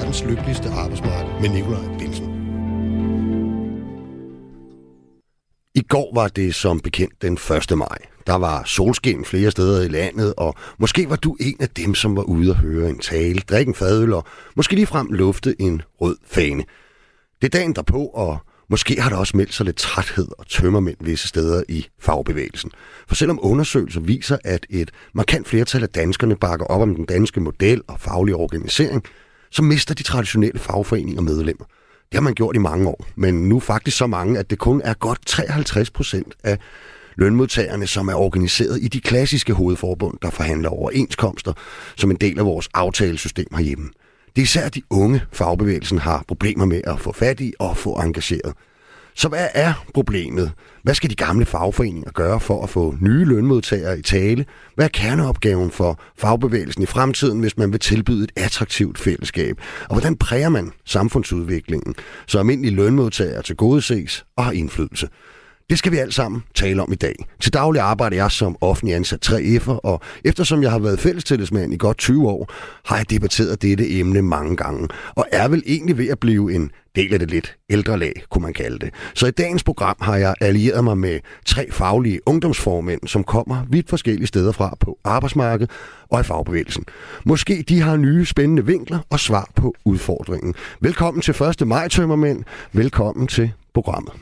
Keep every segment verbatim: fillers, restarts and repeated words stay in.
verdens lykkeligste arbejdsmarked med Nikolaj Bilsen. I går var det som bekendt den første maj. Der var solskin flere steder i landet, og måske var du en af dem, som var ude og høre en tale, drikke en fadøl og måske ligefrem lufte en rød fane. Det er dagen derpå, og måske har der også meldt sig lidt træthed og tømmermænd visse steder i fagbevægelsen. For selvom undersøgelser viser, at et markant flertal af danskerne bakker op om den danske model og faglig organisering, så mister de traditionelle fagforeninger medlemmer. Det har man gjort i mange år, men nu faktisk så mange, at det kun er godt treoghalvtreds procent af lønmodtagerne, som er organiseret i de klassiske hovedforbund, der forhandler overenskomster som en del af vores aftalesystem herhjemme. Det er især de unge, fagbevægelsen har problemer med at få fat i og få engageret. Så hvad er problemet? Hvad skal de gamle fagforeninger gøre for at få nye lønmodtagere i tale? Hvad er kerneopgaven for fagbevægelsen i fremtiden, hvis man vil tilbyde et attraktivt fællesskab? Og hvordan præger man samfundsudviklingen, så almindelige lønmodtagere tilgodeses og har indflydelse? Det skal vi alt sammen tale om i dag. Til daglig arbejder jeg som offentlig ansat tre F'er, og eftersom jeg har været fællestillidsmand i godt tyve år, har jeg debatteret dette emne mange gange, og er vel egentlig ved at blive en del af det lidt ældre lag, kunne man kalde det. Så i dagens program har jeg allieret mig med tre faglige ungdomsformænd, som kommer vidt forskellige steder fra på arbejdsmarkedet og i fagbevægelsen. Måske de har nye spændende vinkler og svar på udfordringen. Velkommen til første maj, tømmermænd. Velkommen til programmet.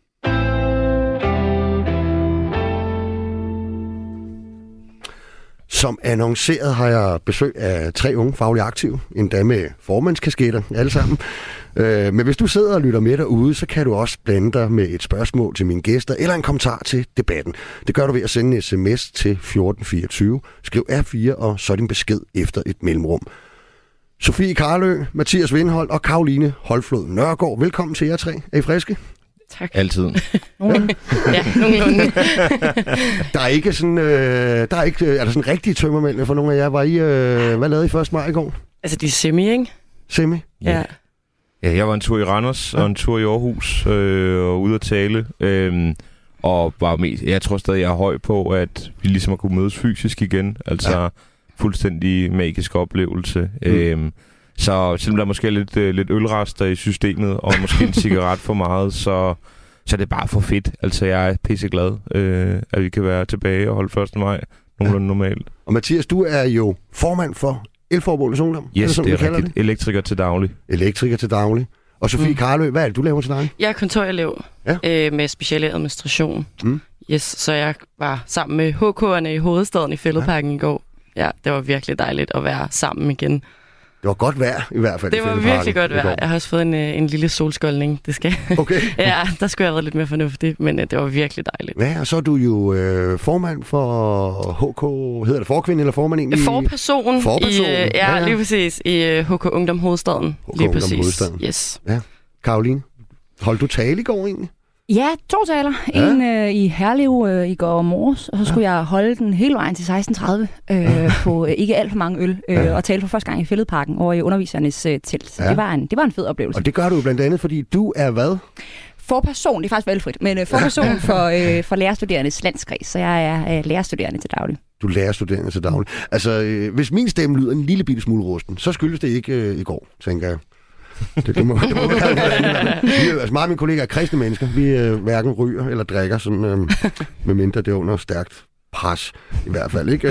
Som annonceret har jeg besøg af tre unge faglige aktive, endda med formandskasketter alle sammen. Øh, men hvis du sidder og lytter med derude, så kan du også blande dig med et spørgsmål til mine gæster eller en kommentar til debatten. Det gør du ved at sende en sms til fjorten fireogtyve. Skriv R fire og så din besked efter et mellemrum. Sofie Karlø, Mathias Vindhold og Karoline Holflod Nørgaard. Velkommen til jer tre. Er I friske? Tak. Altid. Nogenlunde. Ja, nogenlunde. Der er ikke sådan, øh, der er ikke, er der sådan rigtige tømmermænd for nogle af jer? Var I, øh, hvad lavede I første maj i går? Altså, de er semi, ikke? Semi? Ja. Ja, jeg var en tur i Randers og en tur i Aarhus øh, og ude at tale. Øh, og var mest, jeg tror stadig, jeg er høj på, at vi ligesom har kunne mødes fysisk igen. Altså ja. Fuldstændig magisk oplevelse. Mm. Øh, Så selvom der måske er lidt, øh, lidt ølrester i systemet, og måske en cigaret for meget, så, så er det bare for fedt. Altså, jeg er pisseglad, øh, at vi kan være tilbage og holde første maj nogenlunde ja. normalt. Og Mathias, du er jo formand for Elforbundets Ungdom. Yes, det, som det er rigtigt. Det? Elektriker til daglig. Elektriker til daglig. Og Sofie mm. Karlø, hvad er det, du laver til daglig? Jeg er kontorelev ja. øh, med special administration. Mm. Yes, så jeg var sammen med H K'erne i hovedstaden i Fælledparken ja. i går. Ja, det var virkelig dejligt at være sammen igen. Det var godt vejr, i hvert fald. Det var virkelig godt vejr. Jeg har også fået en, en lille solskoldning. Det skal. Okay. Ja, der skulle jeg have været lidt mere fornuftig, men det var virkelig dejligt. Ja, og så er du jo øh, formand for H K, hedder det forkvinde eller formand egentlig? Forperson. Forperson. I, ja, ja, lige præcis. I H K Ungdom Hovedstaden. H K lige Ungdom præcis. Hovedstaden. Yes. Ja. Karoline, holdt du tale i går egentlig? Ja, to taler. Ja. En øh, i Herlev øh, i går morges, og så skulle ja. jeg holde den hele vejen til seksten tredive øh, på øh, ikke alt for mange øl, øh, ja. og tale for første gang i Fælledparken over i undervisernes øh, telt. Så ja. det, var en, det var en fed oplevelse. Og det gør du jo blandt andet, fordi du er hvad? Forperson, det er faktisk valgfrit, men øh, forperson for, øh, for lærerstuderendes landskreds, så jeg er øh, lærerstuderende til daglig. Du er lærerstuderende til daglig. Altså, øh, hvis min stemme lyder en lille bitte smule rusten, så skyldes det ikke øh, i går, tænker jeg. Det, det må, det må være noget. Altså, meget af mine kollegaer er kristne mennesker. Vi øh, hverken ryger eller drikker, sådan, øh, medmindre det er under stærkt pres, i hvert fald. Ikke?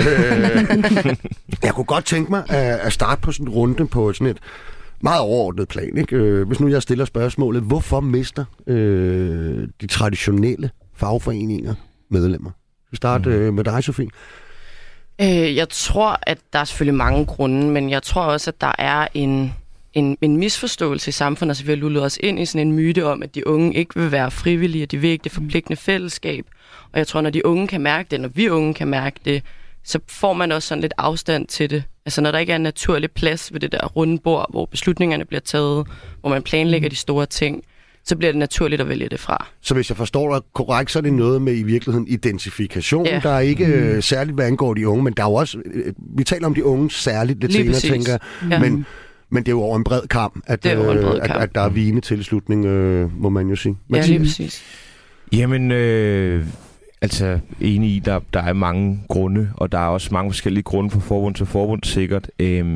Jeg kunne godt tænke mig at, at starte på sådan en runde på sådan et meget overordnet plan. Ikke? Hvis nu jeg stiller spørgsmålet, hvorfor mister øh, de traditionelle fagforeninger medlemmer? Vi starter mm. øh, med dig, Sofie. Øh, jeg tror, at der er selvfølgelig mange grunde, men jeg tror også, at der er en... En, en misforståelse i samfundet, så vi har lullet os ind i sådan en myte om, at de unge ikke vil være frivillige, og de vil ikke det forpligtende fællesskab. Og jeg tror, når de unge kan mærke det, når vi unge kan mærke det, så får man også sådan lidt afstand til det. Altså når der ikke er en naturlig plads ved det der runde bord, hvor beslutningerne bliver taget, hvor man planlægger de store ting, så bliver det naturligt at vælge det fra. Så hvis jeg forstår dig korrekt, så er det noget med i virkeligheden identifikation. Ja. Der er ikke øh, særligt, hvad angår de unge, men der er jo også, øh, vi taler om de unge særligt lidt senere, tænker jeg. Ja. Men Men det er jo over en bred kam, at, øh, bred kam. At, at der er vigende tilslutning, øh, må man jo sige. Ja, lige præcis. Jamen, øh, altså enig i, der, der er mange grunde, og der er også mange forskellige grunde fra forbund til forbund sikkert. Øh,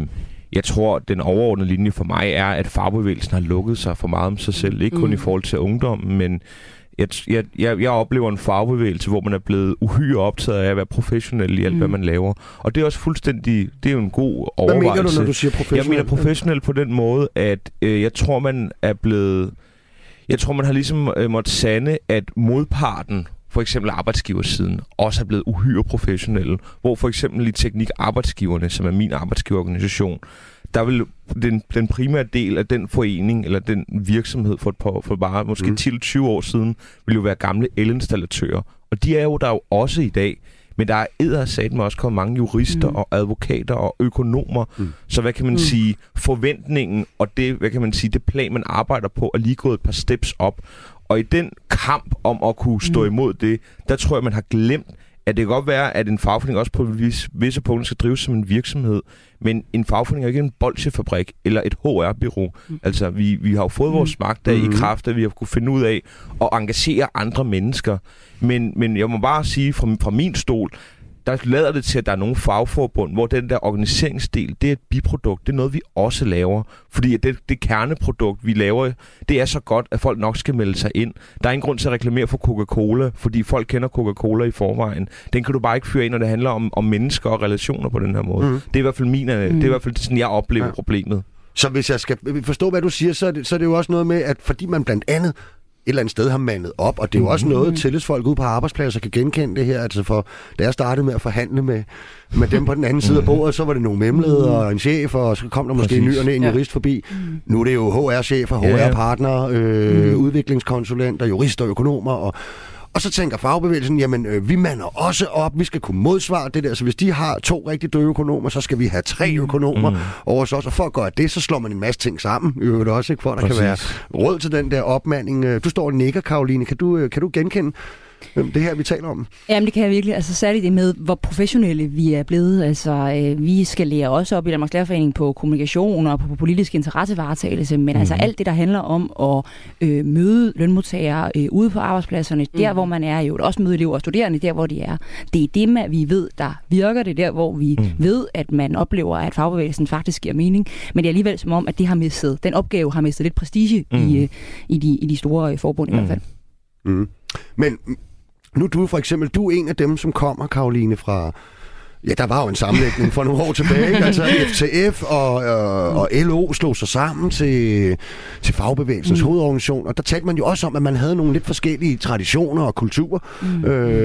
jeg tror, den overordnede linje for mig er, at fagbevægelsen har lukket sig for meget om sig selv. Ikke kun mm. i forhold til ungdommen, men jeg, jeg, jeg, jeg oplever en fagbevægelse, hvor man er blevet uhyre optaget af at være professionel i alt, mm. hvad man laver. Og det er også fuldstændig, det er jo en god overvejelse. Hvad mener du, når du siger professionel? Jeg mener professionel på den måde, at øh, jeg tror, man er blevet... Jeg tror, man har ligesom øh, måttet sande, at modparten, for eksempel arbejdsgiversiden, også er blevet uhyre professionelle. Hvor for eksempel i Teknik Arbejdsgiverne, som er min arbejdsgiverorganisation, der vil den, den primære del af den forening, eller den virksomhed for, et par, for bare måske mm. ti til tyve år siden, vil jo være gamle elinstallatører. Og de er jo der jo også i dag. Men der er eddersatme også kommet mange jurister mm. og advokater og økonomer. Mm. Så hvad kan man mm. sige, forventningen og det, hvad kan man sige, det plan, man arbejder på, er lige gået et par steps op. Og i den kamp om at kunne stå mm. imod det, der tror jeg, man har glemt, at det kan godt være, at en fagforening også på vis, visse punkter skal drives som en virksomhed. Men en fagforening er ikke en bolsjefabrik eller et H R-bureau. Mm. Altså, vi, vi har jo fået mm. vores magt af mm. i kraft, at vi har kunne finde ud af at engagere andre mennesker. Men, men jeg må bare sige, fra, fra min stol, der lader det til, at der er nogle fagforbund, hvor den der organiseringsdel, det er et biprodukt. Det er noget, vi også laver. Fordi det, det kerneprodukt, vi laver, det er så godt, at folk nok skal melde sig ind. Der er ingen grund til at reklamere for Coca-Cola, fordi folk kender Coca-Cola i forvejen. Den kan du bare ikke fyre ind, når det handler om, om mennesker og relationer på den her måde. Mm. Det er i hvert fald min, mm. det er i hvert fald sådan, jeg oplever ja. problemet. Så hvis jeg skal forstå, hvad du siger, så er, det, så er det jo også noget med, at fordi man blandt andet et eller andet sted har mandet op, og det er jo også noget, tillidsfolk ude på arbejdspladser kan genkende det her. Altså for, da jeg startede med at forhandle med, med dem på den anden side af bordet, så var det nogle memleder og en chef, og så kom der måske Præcis. en ny og næ, en ja. jurist forbi. Nu er det jo H R-chefer, H R-partnere, øh, mm. udviklingskonsulenter, jurister og økonomer, og Og så tænker fagbevægelsen, jamen øh, vi mander også op, vi skal kunne modsvare det der, så hvis de har to rigtig døde økonomer, så skal vi have tre økonomer mm. over os også, og for at gøre det, så slår man en masse ting sammen, i øvrigt også, ikke, for at der Præcis. kan være råd til den der opmanding. Du står og nikker, Karoline, kan du, kan du genkende det her, vi taler om? Jamen, det kan jeg virkelig. Altså særligt det med, hvor professionelle vi er blevet. Altså, øh, vi skal lære også op i Danmarks Lærerforening på kommunikation og på, på politisk interessevaretagelse, men mm. altså alt det, der handler om at øh, møde lønmodtagere øh, ude på arbejdspladserne, mm. der hvor man er, jo også møde elever og studerende, der hvor de er. Det er det, man, vi ved, der virker. Det er der, hvor vi mm. ved, at man oplever, at fagbevægelsen faktisk giver mening. Men det er alligevel som om, at det har mistet, den opgave har mistet lidt prestige mm. i, øh, i, de, i de store øh, forbund mm. i hvert fald. Mm. Men nu du for eksempel, du er en af dem, som kommer, Karoline, fra... Ja, der var jo en sammenlægning for nogle år tilbage, ikke? Altså F T F og, øh, og L O slog sig sammen til, til fagbevægelsens mm. hovedorganisation, og der talte man jo også om, at man havde nogle lidt forskellige traditioner og kulturer. Mm.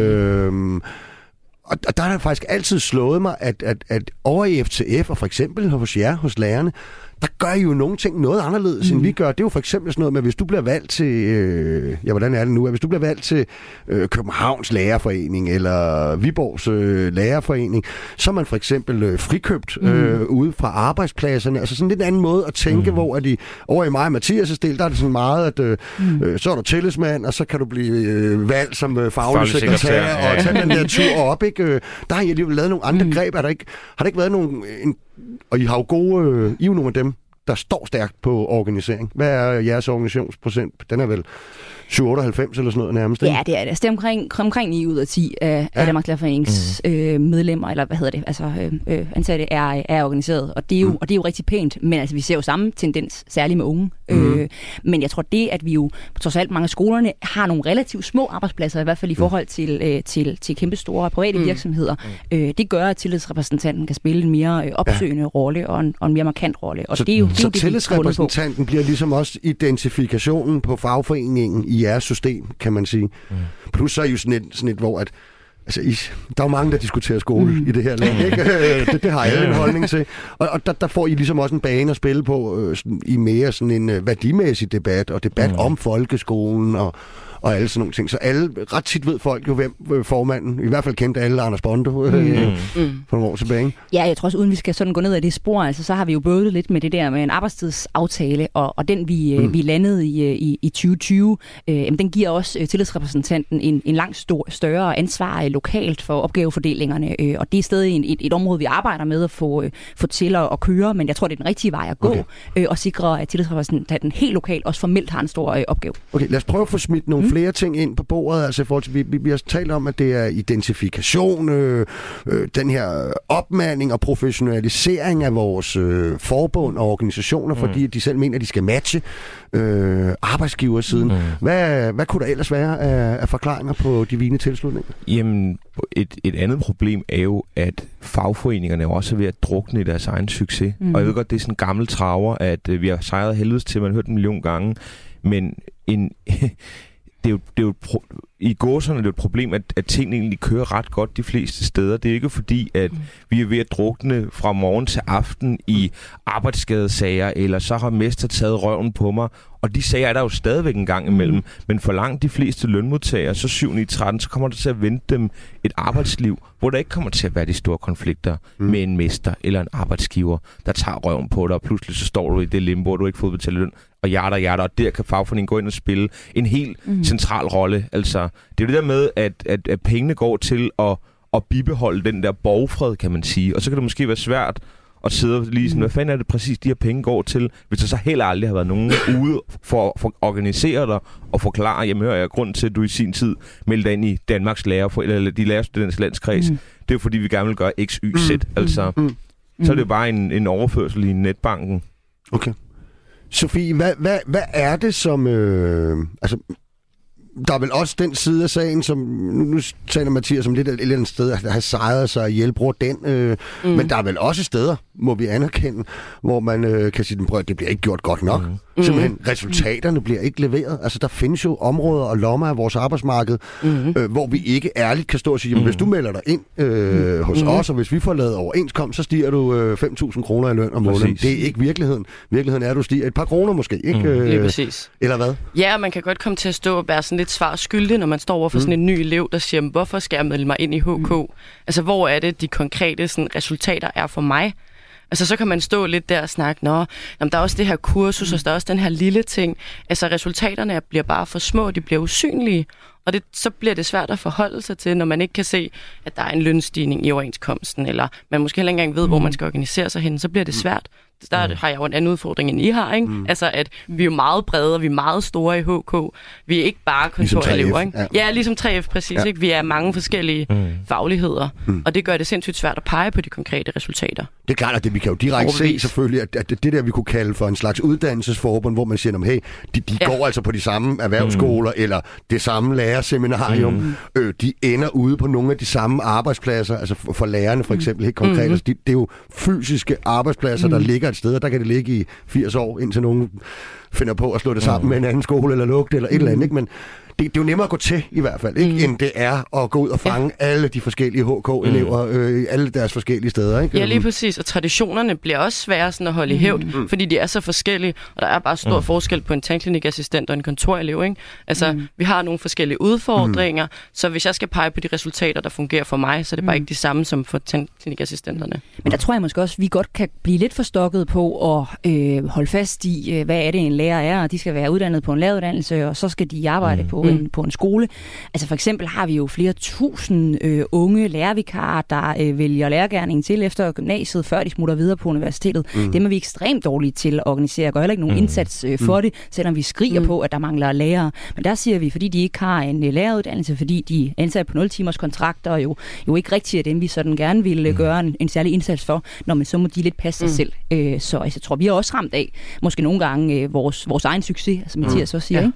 Øh, og der har det faktisk altid slået mig, at, at, at over i F T F, og for eksempel hos jer, hos lærerne, der gør I jo nogle ting noget anderledes, mm. end vi gør. Det er jo for eksempel sådan noget med, hvis du bliver valgt til... Øh, ja, hvordan er det nu? Hvis du bliver valgt til øh, Københavns Lærerforening eller Viborgs øh, Lærerforening, så er man for eksempel øh, frikøbt øh, mm. ude fra arbejdspladserne. Altså sådan lidt anden måde at tænke, mm. hvor er de... Over i mig og Mathias' del, der er det sådan meget, at øh, mm. øh, så er du tillidsmand, og så kan du blive øh, valgt som øh, faglig sekretær ja. og tage den der tur op, ikke? Øh, der har I alligevel lavet nogle andre mm. greb. Er der ikke, har der ikke været nogen... En, og I har jo gode... Øh, I er jo nogle af dem, der står stærkt på organisering. Hvad er jeres organisationsprocent? Den er vel syv otteoghalvfems eller sådan noget nærmest? Ikke? Ja, det er det. Altså, det er omkring, omkring ni ud af ti af, ja. af Danmarks Lærerforenings mm. øh, medlemmer, eller hvad hedder det, altså øh, ansatte, er, er organiseret. Og det er, jo, mm. og det er jo rigtig pænt, men altså, vi ser jo samme tendens, særligt med unge. Mm. Øh, men jeg tror, det, at vi jo, trods alt mange af skolerne, har nogle relativt små arbejdspladser, i hvert fald i forhold til, øh, til, til kæmpe store private mm. virksomheder, mm. øh, det gør, at tillidsrepræsentanten kan spille en mere øh, opsøgende ja. rolle og en, og en mere markant rolle. Og så det er jo, så det, tillidsrepræsentanten bliver ligesom også identifikationen på fagforeningen i jeres system, kan man sige. Mm. Plus så er jo sådan et, sådan et hvor at altså, I, der er jo mange, der diskuterer skole mm. i det her land, ikke? det, det har jeg en holdning til. Og, og der, der får I ligesom også en bane at spille på øh, sådan, i mere sådan en øh, værdimæssig debat, og debat mm. om folkeskolen og og alle sådan nogle ting. Så alle, ret tit ved folk jo, hvem formanden, i hvert fald kendte alle Anders Bondo mm. øh, mm. for nogle år tilbage. Ja, jeg tror også, uden vi skal sådan gå ned ad det spor, altså, så har vi jo bøvlet lidt med det der med en arbejdstidsaftale, og, og den vi, mm. vi landede i, i, i tyve tyve, øh, jamen, den giver også øh, tillidsrepræsentanten en, en langt stor, større ansvar øh, lokalt for opgavefordelingerne, øh, og det er stadig en, et, et område, vi arbejder med at få, øh, få til at, at køre, men jeg tror, det er den rigtige vej at gå, okay. øh, og sikre, at tillidsrepræsentanten helt lokalt også formelt har en stor øh, opgave. Okay, lad os prøve at få smidt nogle flere ting ind på bordet. Altså, i forhold til, vi, vi, vi har talt om, at det er identifikation, øh, øh, den her opmanding og professionalisering af vores øh, forbund og organisationer, mm. fordi de selv mener, at de skal matche øh, arbejdsgiversiden. Mm. Hvad, hvad kunne der ellers være af, af forklaringer på divine tilslutninger? Jamen, et, et andet problem er jo, at fagforeningerne er også ved at drukne i deres egen succes. Mm. Og jeg ved godt, det er sådan en gammel traver, at øh, vi har sejret helvedes til, man har hørt en million gange, men en... Det er jo, det er jo pro- i gåserne er det jo et problem, at, at tingene egentlig kører ret godt de fleste steder. Det er ikke fordi, at vi er ved at drukne fra morgen til aften i arbejdsskadesager, eller så har mester taget røven på mig. Og de sager er der jo stadigvæk en gang imellem. Mm. Men for langt de fleste lønmodtagere, så syv ni tretten, så kommer der til at vente dem et arbejdsliv, hvor der ikke kommer til at være de store konflikter mm. med en mester eller en arbejdsgiver, der tager røven på dig, og pludselig så står du i det limbo, hvor du ikke får udbetalt løn, og hjerter og hjerter, og der kan fagforeningen gå ind og spille en helt mm. central rolle. Altså, det er jo det der med, at, at, at pengene går til at, at bibeholde den der borgfred, kan man sige. Og så kan det måske være svært at sidde og lige sådan, hvad fanden er det præcis, de her penge går til, hvis der så heller aldrig har været nogen ude for, for at organisere dig og forklare, jamen hører jeg, grund til, at du i sin tid meldte dig ind i Danmarks lærer, eller de lærerstudernes landskreds, mm. det er jo fordi, vi gerne vil gøre X, Y, Z. Mm. Altså, mm. så er det jo bare en, en overførsel i netbanken. Okay. Sofie, hvad, hvad, hvad er det, som... Øh, altså, der er vel også den side af sagen, som... Nu, nu taler Mathias om lidt et eller andet sted, at har sejret sig ihjel, bruger den. Øh, mm. Men der er vel også steder, må vi anerkende, hvor man øh, kan sige, at det bliver ikke gjort godt nok. Mm. Simpelthen, resultaterne bliver ikke leveret. Altså, der findes jo områder og lommer af vores arbejdsmarked, mm. øh, hvor vi ikke ærligt kan stå og sige, jamen, mm. hvis du melder dig ind øh, mm. hos mm. os, og hvis vi får lavet overenskomst, så stiger du øh, fem tusind kroner i løn om måneden. Det er ikke virkeligheden. Virkeligheden er, at du stiger et par kroner måske, ikke? Mm. Øh, Lige præcis. Eller hvad? Ja, man kan godt komme til at stå og være sådan lidt svar skyldig, når man står over for mm. sådan en ny elev, der siger, hvorfor skal jeg melde mig ind i H K? Mm. Altså, hvor er det, de konkrete sådan, resultater er for mig? Altså, så kan man stå lidt der og snakke, nå, jamen, der er også det her kursus, og der er også den her lille ting. Altså, resultaterne bliver bare for små, de bliver usynlige, og det, så bliver det svært at forholde sig til, når man ikke kan se, at der er en lønstigning i overenskomsten, eller man måske heller ikke engang ved, hvor man skal organisere sig hen, så bliver det svært. Der mm. har jeg jo en anden udfordring, end I har, ikke? Mm. Altså, at vi er jo meget brede, og vi er meget store i H K. Vi er ikke bare kontorelever, ikke? Ja. ja, ligesom tre F, præcis, ja. Ikke? Vi er mange forskellige mm. fagligheder, mm. og det gør det sindssygt svært at pege på de konkrete resultater. Det er klart, at det, vi kan jo direkte se selvfølgelig, at, at det der, vi kunne kalde for en slags uddannelsesforbund, hvor man siger, hey, de, de ja. går altså på de samme erhvervsskoler, mm. eller det samme lærerseminarium. Mm. Øh, de ender ude på nogle af de samme arbejdspladser, altså for, for lærerne for eksempel, helt konkret. Mm. Altså, de, det er jo fysiske arbejdspladser, mm. der ligger et sted, og der kan det ligge i firs år, indtil nogen finder på at slå det sammen mm. med en anden skole, eller lukke det, eller et mm. eller andet, ikke? Men det, det er jo nemmere at gå til, i hvert fald, ikke? Mm. end det er at gå ud og fange ja. alle de forskellige H K-elever, mm. øh, alle deres forskellige steder. Ikke? Ja, lige præcis. Og traditionerne bliver også svære sådan at holde i hævd, mm. fordi de er så forskellige, og der er bare stor mm. forskel på en tandklinikassistent og en kontorelev. Ikke? Altså, mm. vi har nogle forskellige udfordringer, mm. så hvis jeg skal pege på de resultater, der fungerer for mig, så er det bare mm. ikke de samme som for tandklinikassistenterne. Men der tror jeg måske også, at vi godt kan blive lidt forstokket på at øh, holde fast i, øh, hvad er det en lærer er, og de skal være uddannet på en læreruddannelse, og så skal de arbejde mm. på En, på en skole. Altså for eksempel har vi jo flere tusind øh, unge lærervikarer, der øh, vælger lærergerningen til efter gymnasiet, før de smutter videre på universitetet. Mm. Dem er vi ekstremt dårlige til at organisere, og gør heller ikke nogen mm. indsats øh, for mm. det, selvom vi skriger mm. på, at der mangler lærere. Men der siger vi, fordi de ikke har en øh, læreruddannelse, fordi de er ansat på nul timers kontrakter, og jo, jo ikke rigtig er dem, vi sådan gerne vil øh, gøre en, en særlig indsats for, når man så må de lidt passe sig mm. selv. Øh, så altså, jeg tror, vi har også ramt af, måske nogle gange, øh, vores, vores egen succes, som Mathias mm. også siger, ja. ikke?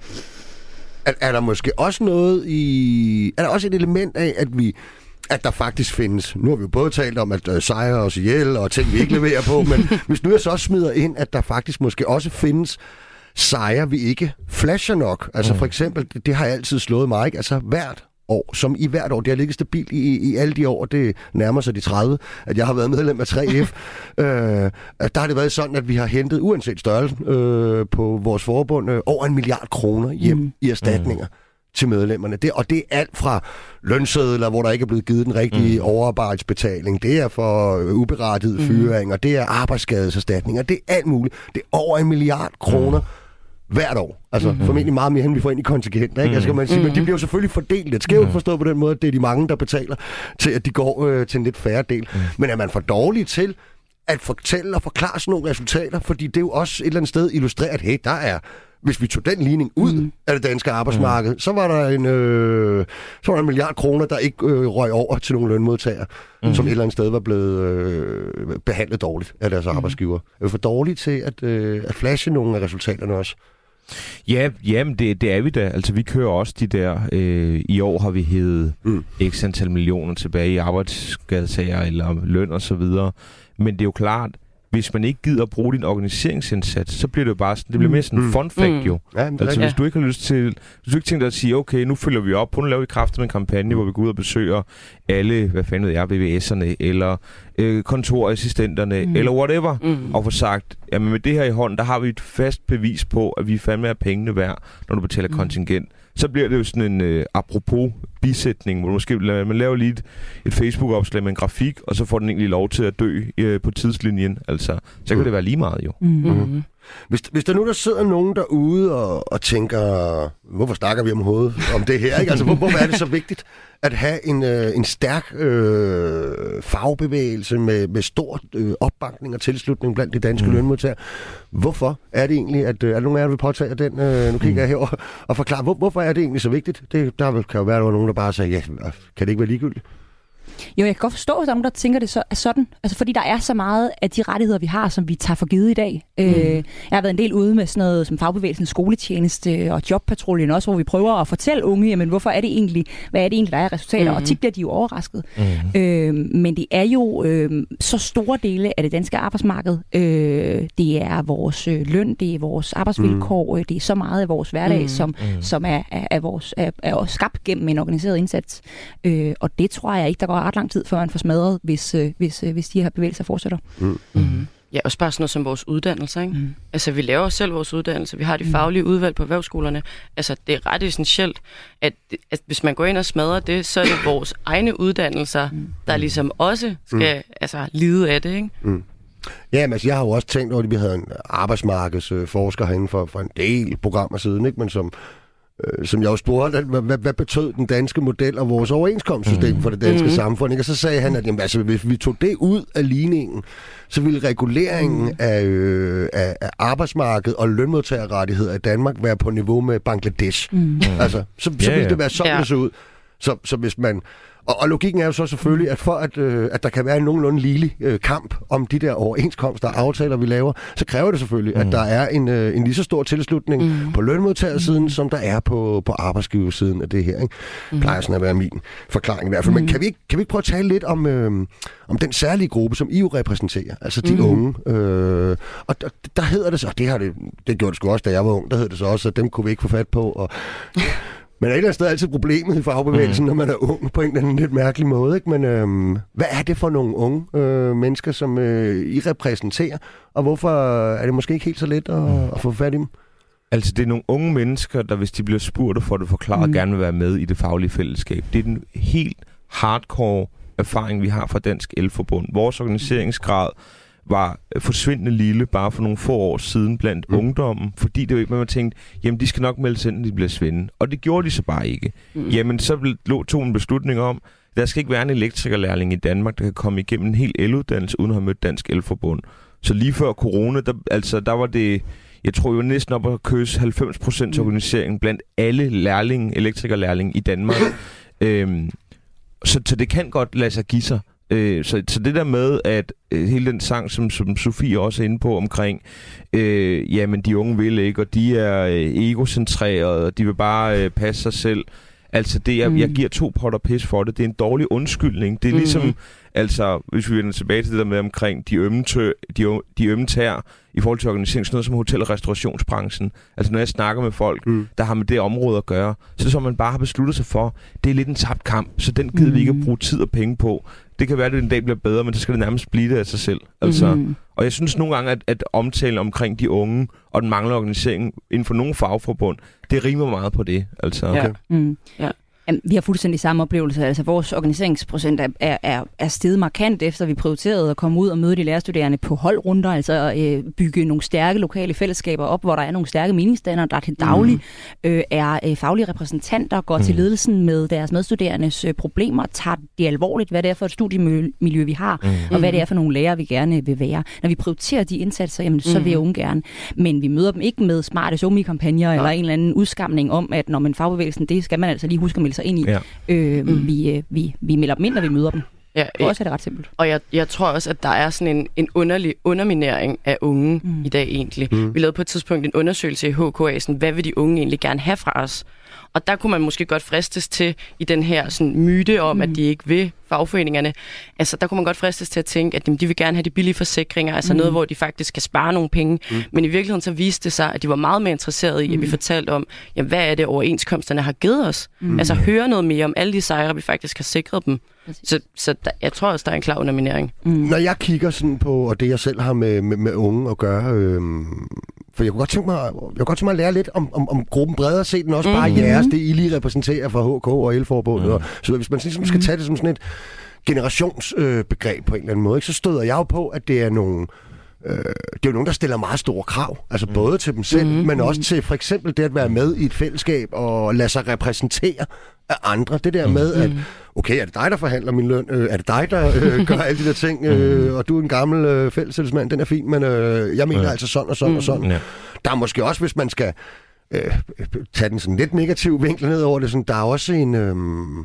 Er, er der måske også noget i... Er der også et element af, at vi... At der faktisk findes... Nu har vi jo både talt om, at uh, sejre os ihjel og ting, vi ikke leverer på, men hvis nu jeg så smider ind, at der faktisk måske også findes sejre, vi ikke flasher nok. Altså for eksempel, det har altid slået mig, ikke? Altså hvert år, som i hvert år, det har ligget stabilt i, i alle de år, det nærmer sig de tredive, at jeg har været medlem af tre F. øh, der har det været sådan, at vi har hentet, uanset størrelsen øh, på vores forbund, øh, over en milliard kroner hjem mm. i erstatninger mm. til medlemmerne. Det, og det er alt fra lønsedler, hvor der ikke er blevet givet den rigtige mm. overarbejdsbetaling, det er for øh, uberettigede mm. fyringer, det er arbejdsskadeserstatninger, det er alt muligt. Det er over en milliard kroner mm. hvert år. Altså mm-hmm. formentlig meget mere, end vi får ind i kontingenter, ikke? Altså, kan man sige, mm-hmm. men de bliver jo selvfølgelig fordelt lidt skævt, forstået på den måde, at det er de mange, der betaler til, at de går øh, til en lidt færre del. Mm. Men er man for dårlig til at fortælle og forklare sådan nogle resultater, fordi det er jo også et eller andet sted illustreret, at hey, der er hvis vi tog den ligning ud mm. af det danske arbejdsmarked, mm. så var der en øh, så var der en milliard kroner, der ikke øh, røg over til nogle lønmodtagere, mm. som et eller andet sted var blevet øh, behandlet dårligt af deres mm. arbejdsgiver. Er vi for dårlige til at, øh, at flashe nogle af resultaterne også? Ja, jamen det, det er vi da. Altså vi kører også de der, øh, i år har vi hævet mm. x antal millioner tilbage i arbejdsskadesager eller løn og så videre. Men det er jo klart, hvis man ikke gider at bruge din organiseringsindsats, så bliver det jo bare sådan, det bliver mere sådan en mm. fun fact jo. Mm. Ja, altså hvis du ikke har lyst til, hvis du ikke tænker dig at sige, okay, nu følger vi op, nu laver vi kraftigt med en kampagne, mm. hvor vi går ud og besøger alle, hvad fanden ved jeg, B B S'erne, eller øh, kontorassistenterne, mm. eller whatever, mm. og få sagt, jamen med det her i hånden, der har vi et fast bevis på, at vi fandme er pengene værd, når du betaler mm. kontingent. Så bliver det jo sådan en øh, apropos bisætning, hvor du måske man laver lige et, et Facebook-opslag med en grafik, og så får den egentlig lov til at dø øh, på tidslinjen. Altså, så kan mm. det være lige meget jo. Mm-hmm. Mm-hmm. Hvis, hvis der nu der sidder nogen derude og, og tænker, hvorfor snakker vi om hovedet om det her? Ikke? Altså, hvor, hvorfor er det så vigtigt at have en, øh, en stærk øh, fagbevægelse med, med stor øh, opbakning og tilslutning blandt de danske mm. lønmodtagere? Hvorfor er det egentlig, at... Øh, er der nogen af jer, der vil påtage den? Øh, nu kigger jeg herover og forklare, hvor, hvorfor er det egentlig så vigtigt? Det, der kan jo være, at der var nogen, der bare sagde, ja, kan det ikke være ligegyldigt? Jo, jeg kan godt forstå, at der er nogen, der tænker det så, er sådan. Altså, fordi der er så meget af de rettigheder, vi har, som vi tager for givet i dag. Mm. Øh, jeg har været en del ude med sådan noget som fagbevægelsens skoletjeneste og jobpatruljen også, hvor vi prøver at fortælle unge, jamen, hvorfor er det egentlig, hvad er det egentlig, der er resultater? Mm. Og tit bliver de jo overrasket. Mm. Øh, men det er jo øh, så store dele af det danske arbejdsmarked. Øh, det er vores øh, løn, det er vores arbejdsvilkår, mm. det er så meget af vores hverdag, mm. som, mm. som er, er, er, vores, er, er skabt gennem en organiseret indsats. Øh, og det tror jeg ikke, der går ret lang tid, før man får smadret, hvis, øh, hvis, øh, hvis de her bevægelser fortsætter. Mm. Mm-hmm. Ja, også bare sådan noget som vores uddannelser, ikke? Mm. Altså, vi laver selv vores uddannelse. Vi har de faglige udvalg på erhvervsskolerne. Altså, det er ret essentielt, at, at hvis man går ind og smadrer det, så er det vores egne uddannelser, mm. der ligesom også skal mm. altså, lide af det, ikke? Mm. Ja, men altså, jeg har jo også tænkt over, at vi havde en arbejdsmarkedsforsker herinde for, for en del programmer siden, ikke? Men som som jeg jo spurgte, hvad, hvad, hvad betød den danske model og vores overenskomstsystem mm. for det danske mm. samfund, ikke? Og så sagde han, at jamen, altså, hvis vi tog det ud af ligningen, så ville reguleringen mm. af, øh, af, af arbejdsmarkedet og lønmodtagerrettigheder i Danmark være på niveau med Bangladesh. Mm. Altså, så, så ja, ville det være sådan, ja. det så ud. Så, så hvis man... Og, og logikken er jo så selvfølgelig, at for at, øh, at der kan være en nogenlunde ligelig øh, kamp om de der overenskomster og aftaler, vi laver, så kræver det selvfølgelig, mm. at der er en, øh, en lige så stor tilslutning mm. på lønmodtagersiden, mm. som der er på, på arbejdsgiversiden af det her. Ikke? Mm. Plejer sådan at være min forklaring i hvert fald. Mm. Men kan vi, ikke, kan vi ikke prøve at tale lidt om, øh, om den særlige gruppe, som I jo repræsenterer, altså de mm. unge? Øh, og der, der hedder det så, det har det, det gjorde det sgu også, da jeg var ung, der hedder det så også, at dem kunne vi ikke få fat på, og... Men er et eller andet sted altid problemet i fagbevægelsen, mm. når man er ung på en eller anden lidt mærkelig måde. Ikke? Men øhm, hvad er det for nogle unge øh, mennesker, som øh, I repræsenterer? Og hvorfor er det måske ikke helt så let at, mm. at få fat i dem? Altså, det er nogle unge mennesker, der hvis de bliver spurgt og får det forklaret, mm. gerne vil være med i det faglige fællesskab. Det er den helt hardcore erfaring, vi har fra Dansk El-forbund. Vores organiseringsgrad var forsvindende lille bare for nogle få år siden blandt mm. ungdommen, fordi det var ikke, man tænkte, jamen de skal nok melde sig ind, når de bliver svinde. Og det gjorde de så bare ikke. Mm. Jamen så tog en beslutning om, der skal ikke være en elektrikerlærling i Danmark, der kan komme igennem en hel el-uddannelse, uden at have mødt Dansk El-forbund. Så lige før corona, der, altså, der var det, jeg tror jo næsten op at kysse halvfems procent organisering blandt alle lærlinge, elektrikerlærlinge i Danmark. øhm, så, så det kan godt lade sig give sig. Øh, så, så det der med, at øh, hele den sang, som, som Sofie også er inde på omkring, øh, jamen de unge vil ikke, og de er øh, egocentrerede, og de vil bare øh, passe sig selv. Altså, det er, mm. jeg giver to potter pis for det. Det er en dårlig undskyldning. Det er mm. ligesom, altså, hvis vi vender tilbage til det der med omkring de ømme, tø, de, de ømme tær i forhold til organisering, sådan noget som hotel- og restaurationsbranchen. Altså, når jeg snakker med folk, mm. der har med det område at gøre, så er det som, man bare har besluttet sig for, det er lidt en tabt kamp, så den gider mm. vi ikke at bruge tid og penge på. Det kan være, at det en dag bliver bedre, men så skal det nærmest blive det af sig selv. Altså, mm. Og jeg synes nogle gange, at, at omtalen omkring de unge og den manglende organisering inden for nogle fagforbund, det rimer meget på det. Altså. Okay. Ja. Mm. Ja. Jamen, vi har fuldstændig samme oplevelse. Altså, vores organiseringsprocent er, er, er steget markant, efter vi prioriterede at komme ud og møde de lærerstuderende på holdrunder, altså øh, bygge nogle stærke lokale fællesskaber op, hvor der er nogle stærke meningsdannere, der til daglig mm. øh, er øh, faglige repræsentanter, går mm. til ledelsen med deres medstuderendes øh, problemer, tager det alvorligt, hvad det er for et studiemiljø, vi har, mm. og hvad det er for nogle lærere, vi gerne vil være. Når vi prioriterer de indsatser, jamen, så vil unge gerne. Men vi møder dem ikke med smarte somi-kampagner eller en eller anden udskamning om, at når man fagbevægelsen, det skal man altså lige huske at melde sig ind i. Ja. Øh, mm. vi, vi, vi melder dem ind, når vi møder dem. Ja, for os er det ret simpelt. Og jeg, jeg tror også, at der er sådan en, en underlig underminering af unge mm. i dag egentlig. Mm. Vi lavede på et tidspunkt en undersøgelse i H K A, sådan, hvad vil de unge egentlig gerne have fra os? Og der kunne man måske godt fristes til, i den her sådan, myte om, mm. at de ikke vil fagforeningerne, altså der kunne man godt fristes til at tænke, at de vil gerne have de billige forsikringer, altså mm. noget, hvor de faktisk kan spare nogle penge. Mm. Men i virkeligheden så viste det sig, at de var meget mere interesserede i, at vi fortalte om, jamen, hvad er det, overenskomsterne har givet os? Mm. Altså høre noget mere om alle de sejre, vi faktisk har sikret dem. Så, så der, jeg tror også, der er en klar underminering. Mm. Når jeg kigger sådan på, og det jeg selv har med, med, med unge at gøre, øhm, for jeg kunne godt tænke mig, jeg kunne godt tænke mig at lære lidt om, om, om gruppen bredere set, den også mm. bare jeres, det I lige repræsenterer fra H K og El-forbundet. Mm. Så hvis man ligesom skal tage det som sådan et generationsbegreb øh, på en eller anden måde, ikke, så støder jeg jo på, at det er nogle Øh, det er jo nogen, der stiller meget store krav. Altså både til dem selv, mm-hmm. men også til for eksempel det at være med i et fællesskab og lade sig repræsentere af andre. Det der med, at okay, er det dig, der forhandler min løn? Øh, er det dig, der øh, gør alle de der ting? Øh, og du er en gammel øh, fællesskabsmand, den er fin, men øh, jeg mener ja. altså sådan og sådan mm. og sådan. Ja. Der er måske også, hvis man skal øh, tage den sådan lidt negativ vinkel ned over det, sådan, der er også en... Øh,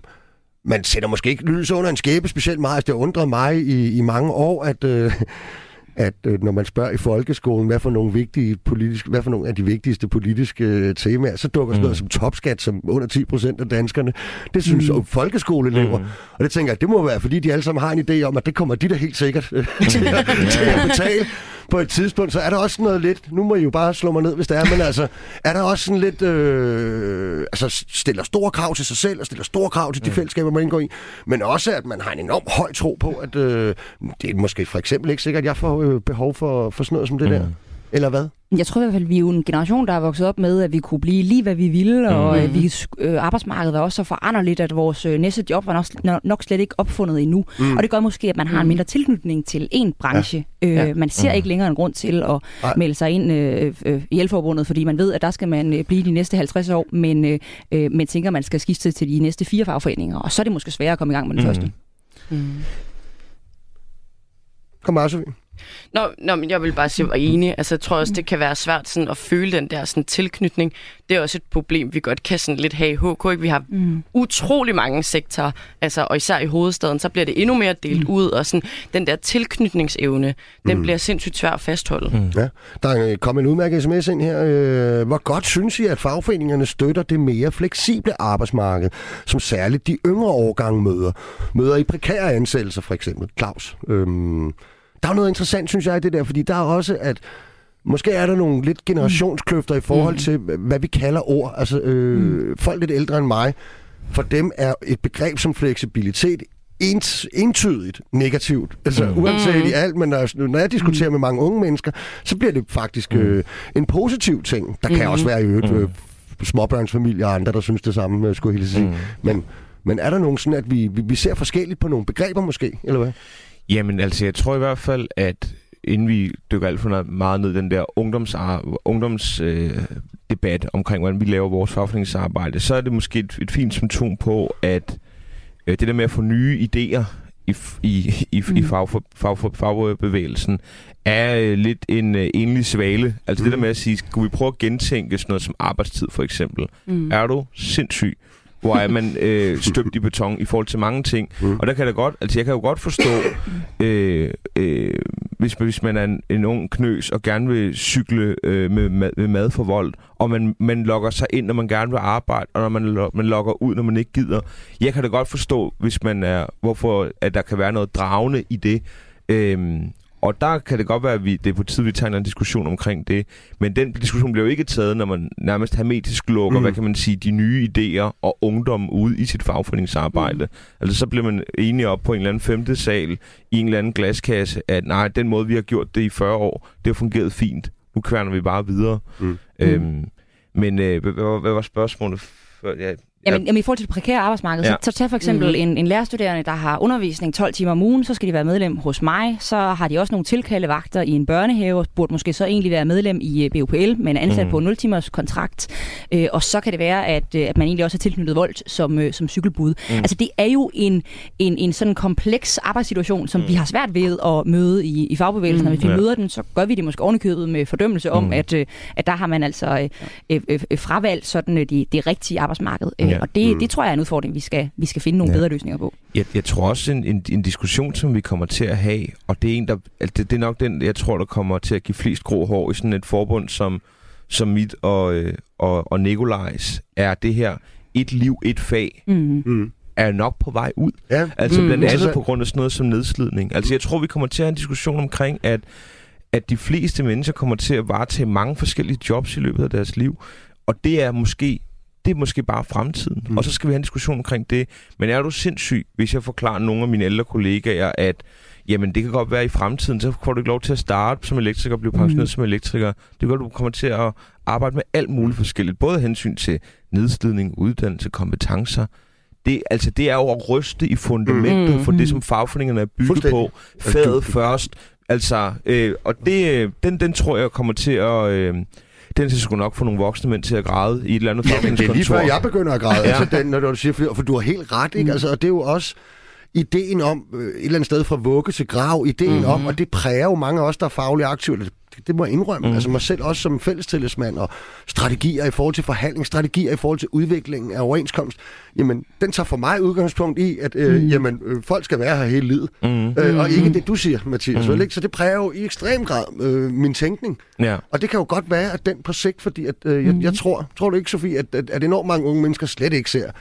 man sætter måske ikke lys under en skæbe specielt meget. Altså, det har undret mig i, i mange år, at... Øh, at øh, når man spørger i folkeskolen, hvad for nogle vigtige politiske, hvad for nogle af de vigtigste politiske øh, temaer, så dukker sådan noget mm. som topskat, som under ti procent af danskerne. Det synes mm. folkeskoleelever. Mm. Og det tænker jeg, det må være, fordi de alle sammen har en idé om, at det kommer de da helt sikkert øh, til, at, til at betale på et tidspunkt. Så er der også noget lidt, nu må I jo bare slå mig ned, hvis det er, men altså, er der også sådan lidt, øh, altså stiller store krav til sig selv, og stiller store krav til de mm. fællesskaber, man indgår i, men også, at man har en enorm høj tro på, at øh, det er måske for eksempel ikke sikkert, at jeg får øh, behov for, for sådan noget som det mm. der. Eller hvad? Jeg tror i hvert fald, vi er jo en generation, der er vokset op med, at vi kunne blive lige, hvad vi ville, og mm-hmm. vi, øh, arbejdsmarkedet var også så foranderligt, at vores øh, næste job var nok, nok slet ikke opfundet endnu. Mm. Og det gør måske, at man har en mindre tilknytning til én branche. Ja. Øh, ja. Man ser mm. ikke længere en grund til at Ej. melde sig ind øh, øh, i El-forbundet, fordi man ved, at der skal man øh, blive de næste halvtreds år, men øh, øh, man tænker, at man skal skifte til de næste fire fagforeninger, og så er det måske sværere at komme i gang med den mm. første. Mm. Kom bare, Sofie. Nå, nå, men jeg vil bare sige, at jeg er enig. Altså, jeg tror også, det kan være svært sådan, at føle den der sådan, tilknytning. Det er også et problem, vi godt kan sådan, lidt have i H K. Ikke? Vi har mm. utrolig mange sektorer, altså, og især i hovedstaden, så bliver det endnu mere delt mm. ud, og sådan, den der tilknytningsevne, den mm. bliver sindssygt svær at fastholde. Mm. Ja, der er kommet en udmærket sms ind her. Hvor godt synes I, at fagforeningerne støtter det mere fleksible arbejdsmarked, som særligt de yngre årgange møder? Møder i prekære ansættelser, for eksempel. Claus, øhm der er noget interessant, synes jeg, i det der, fordi der er også, at måske er der nogle lidt generationskløfter i forhold til, hvad vi kalder ord. Altså, øh, mm. folk lidt ældre end mig, for dem er et begreb som fleksibilitet ent, entydigt negativt. Altså, mm. uanset i alt, men når, når jeg diskuterer mm. med mange unge mennesker, så bliver det faktisk øh, en positiv ting. Der kan mm. også være i øvrigt øh, småbørnsfamilier og andre, der synes det samme, skulle jeg sige. Mm. Men, men er der nogen sådan, at vi, vi, vi ser forskelligt på nogle begreber måske, eller hvad? Jamen altså, jeg tror i hvert fald, at inden vi dykker alt for meget ned i den der ungdomsdebat ungdoms, øh, debat omkring, hvordan vi laver vores fagforeningsarbejde, så er det måske et, et fint symptom på, at øh, det der med at få nye idéer i, i, i, mm. i fag, fag, fagbevægelsen er øh, lidt en øh, enlig svale. Altså mm. det der med at sige, skal vi prøve at gentænke sådan noget som arbejdstid for eksempel? Mm. Er du sindssyg? Hvor er man øh, støbt i beton i forhold til mange ting. Mm. Og der kan jeg godt, altså jeg kan jo godt forstå, øh, øh, hvis, hvis man er en, en ung knøs og gerne vil cykle øh, med, med, med mad for vold, og man, man logger sig ind, når man gerne vil arbejde, og når man, man logger ud, når man ikke gider. Jeg kan da godt forstå, hvis man er, hvorfor at der kan være noget dragende i det. Øh, Og der kan det godt være, at vi, det er på tid, vi tager en diskussion omkring det. Men den diskussion bliver jo ikke taget, når man nærmest hermetisk lukker, mm. hvad kan man sige, de nye idéer og ungdom ude i sit fagforeningsarbejde. Mm. Altså så bliver man enige op på en eller anden femte sal i en eller anden glaskasse, at nej, den måde, vi har gjort det i fyrre år, det har fungeret fint. Nu kværner vi bare videre. Mm. Øhm, men øh, hvad, hvad var spørgsmålet? Ja, Jamen, jamen i forhold til det prekære arbejdsmarked, ja. så, så tag for eksempel mm-hmm. en, en lærerstuderende, der har undervisning tolv timer om ugen, så skal de være medlem hos mig, så har de også nogle tilkaldevagter i en børnehave, og burde måske så egentlig være medlem i B U P L, men ansat mm. på nul timers kontrakt, øh, og så kan det være, at, at man egentlig også er tilknyttet Volt som, øh, som cykelbud. Mm. Altså det er jo en, en, en sådan kompleks arbejdssituation, som mm. vi har svært ved at møde i, i fagbevægelsen, mm. og hvis vi ja. møder den, så gør vi det måske ovenikøbet med fordømmelse mm. om, at, øh, at der har man altså øh, øh, øh, fravalgt sådan øh, det, det rigtige arbejdsmarked. Ja. Og det, det tror jeg er en udfordring, vi skal, vi skal finde nogle ja. bedre løsninger på. Jeg, jeg tror også en, en, en diskussion, som vi kommer til at have, og det er, en, der, det, det er nok den, jeg tror, der kommer til at give flest grå hår i sådan et forbund som, som mit og, og, og Nikolajs, er det her et liv, et fag, mm. Mm. er nok på vej ud. Ja. Altså blandt andet mm. på grund af sådan noget som nedslidning. Altså jeg tror, vi kommer til at have en diskussion omkring, at, at de fleste mennesker kommer til at varetage mange forskellige jobs i løbet af deres liv, og det er måske Det er måske bare fremtiden. Mm. Og så skal vi have en diskussion omkring det. Men er du sindssyg, hvis jeg forklarer nogle af mine ældre kollegaer, at jamen, det kan godt være i fremtiden, så får du ikke lov til at starte som elektriker og blive pensioneret mm. som elektriker. Det kan godt, du kommer til at arbejde med alt muligt forskelligt. Både hensyn til nedslidning, uddannelse, kompetencer. Det, altså, det er jo at ryste i fundamentet mm. for det, som fagforeningerne er bygget på. Faget først. Altså, øh, og det, den, den tror jeg kommer til at... Øh, den skal sgu nok få nogle voksne mænd til at græde i et eller andet fagforeningskontor. Ja, det er lige før jeg begynder at græde, ja. altså, den, når du siger flere, for du har helt ret, ikke? Mm. Altså, og det er jo også ideen om, øh, et eller andet sted fra vugge til grav, ideen mm-hmm. om, og det præger jo mange af os, der er fagligt aktive, det, det må jeg indrømme, mm. altså mig selv også som fællestillidsmand, og strategier i forhold til forhandling, strategier i forhold til udviklingen af overenskomst, jamen, den tager for mig udgangspunkt i, at øh, mm. jamen, øh, folk skal være her hele livet, mm. øh, og ikke det, du siger, Mathias, mm. vel, ikke? Så det præger jo i ekstrem grad øh, min tænkning. Ja. Og det kan jo godt være, at den på sigt, fordi at, øh, jeg, mm. jeg tror, tror du ikke, Sofie, at, at, at enormt mange unge mennesker slet ikke ser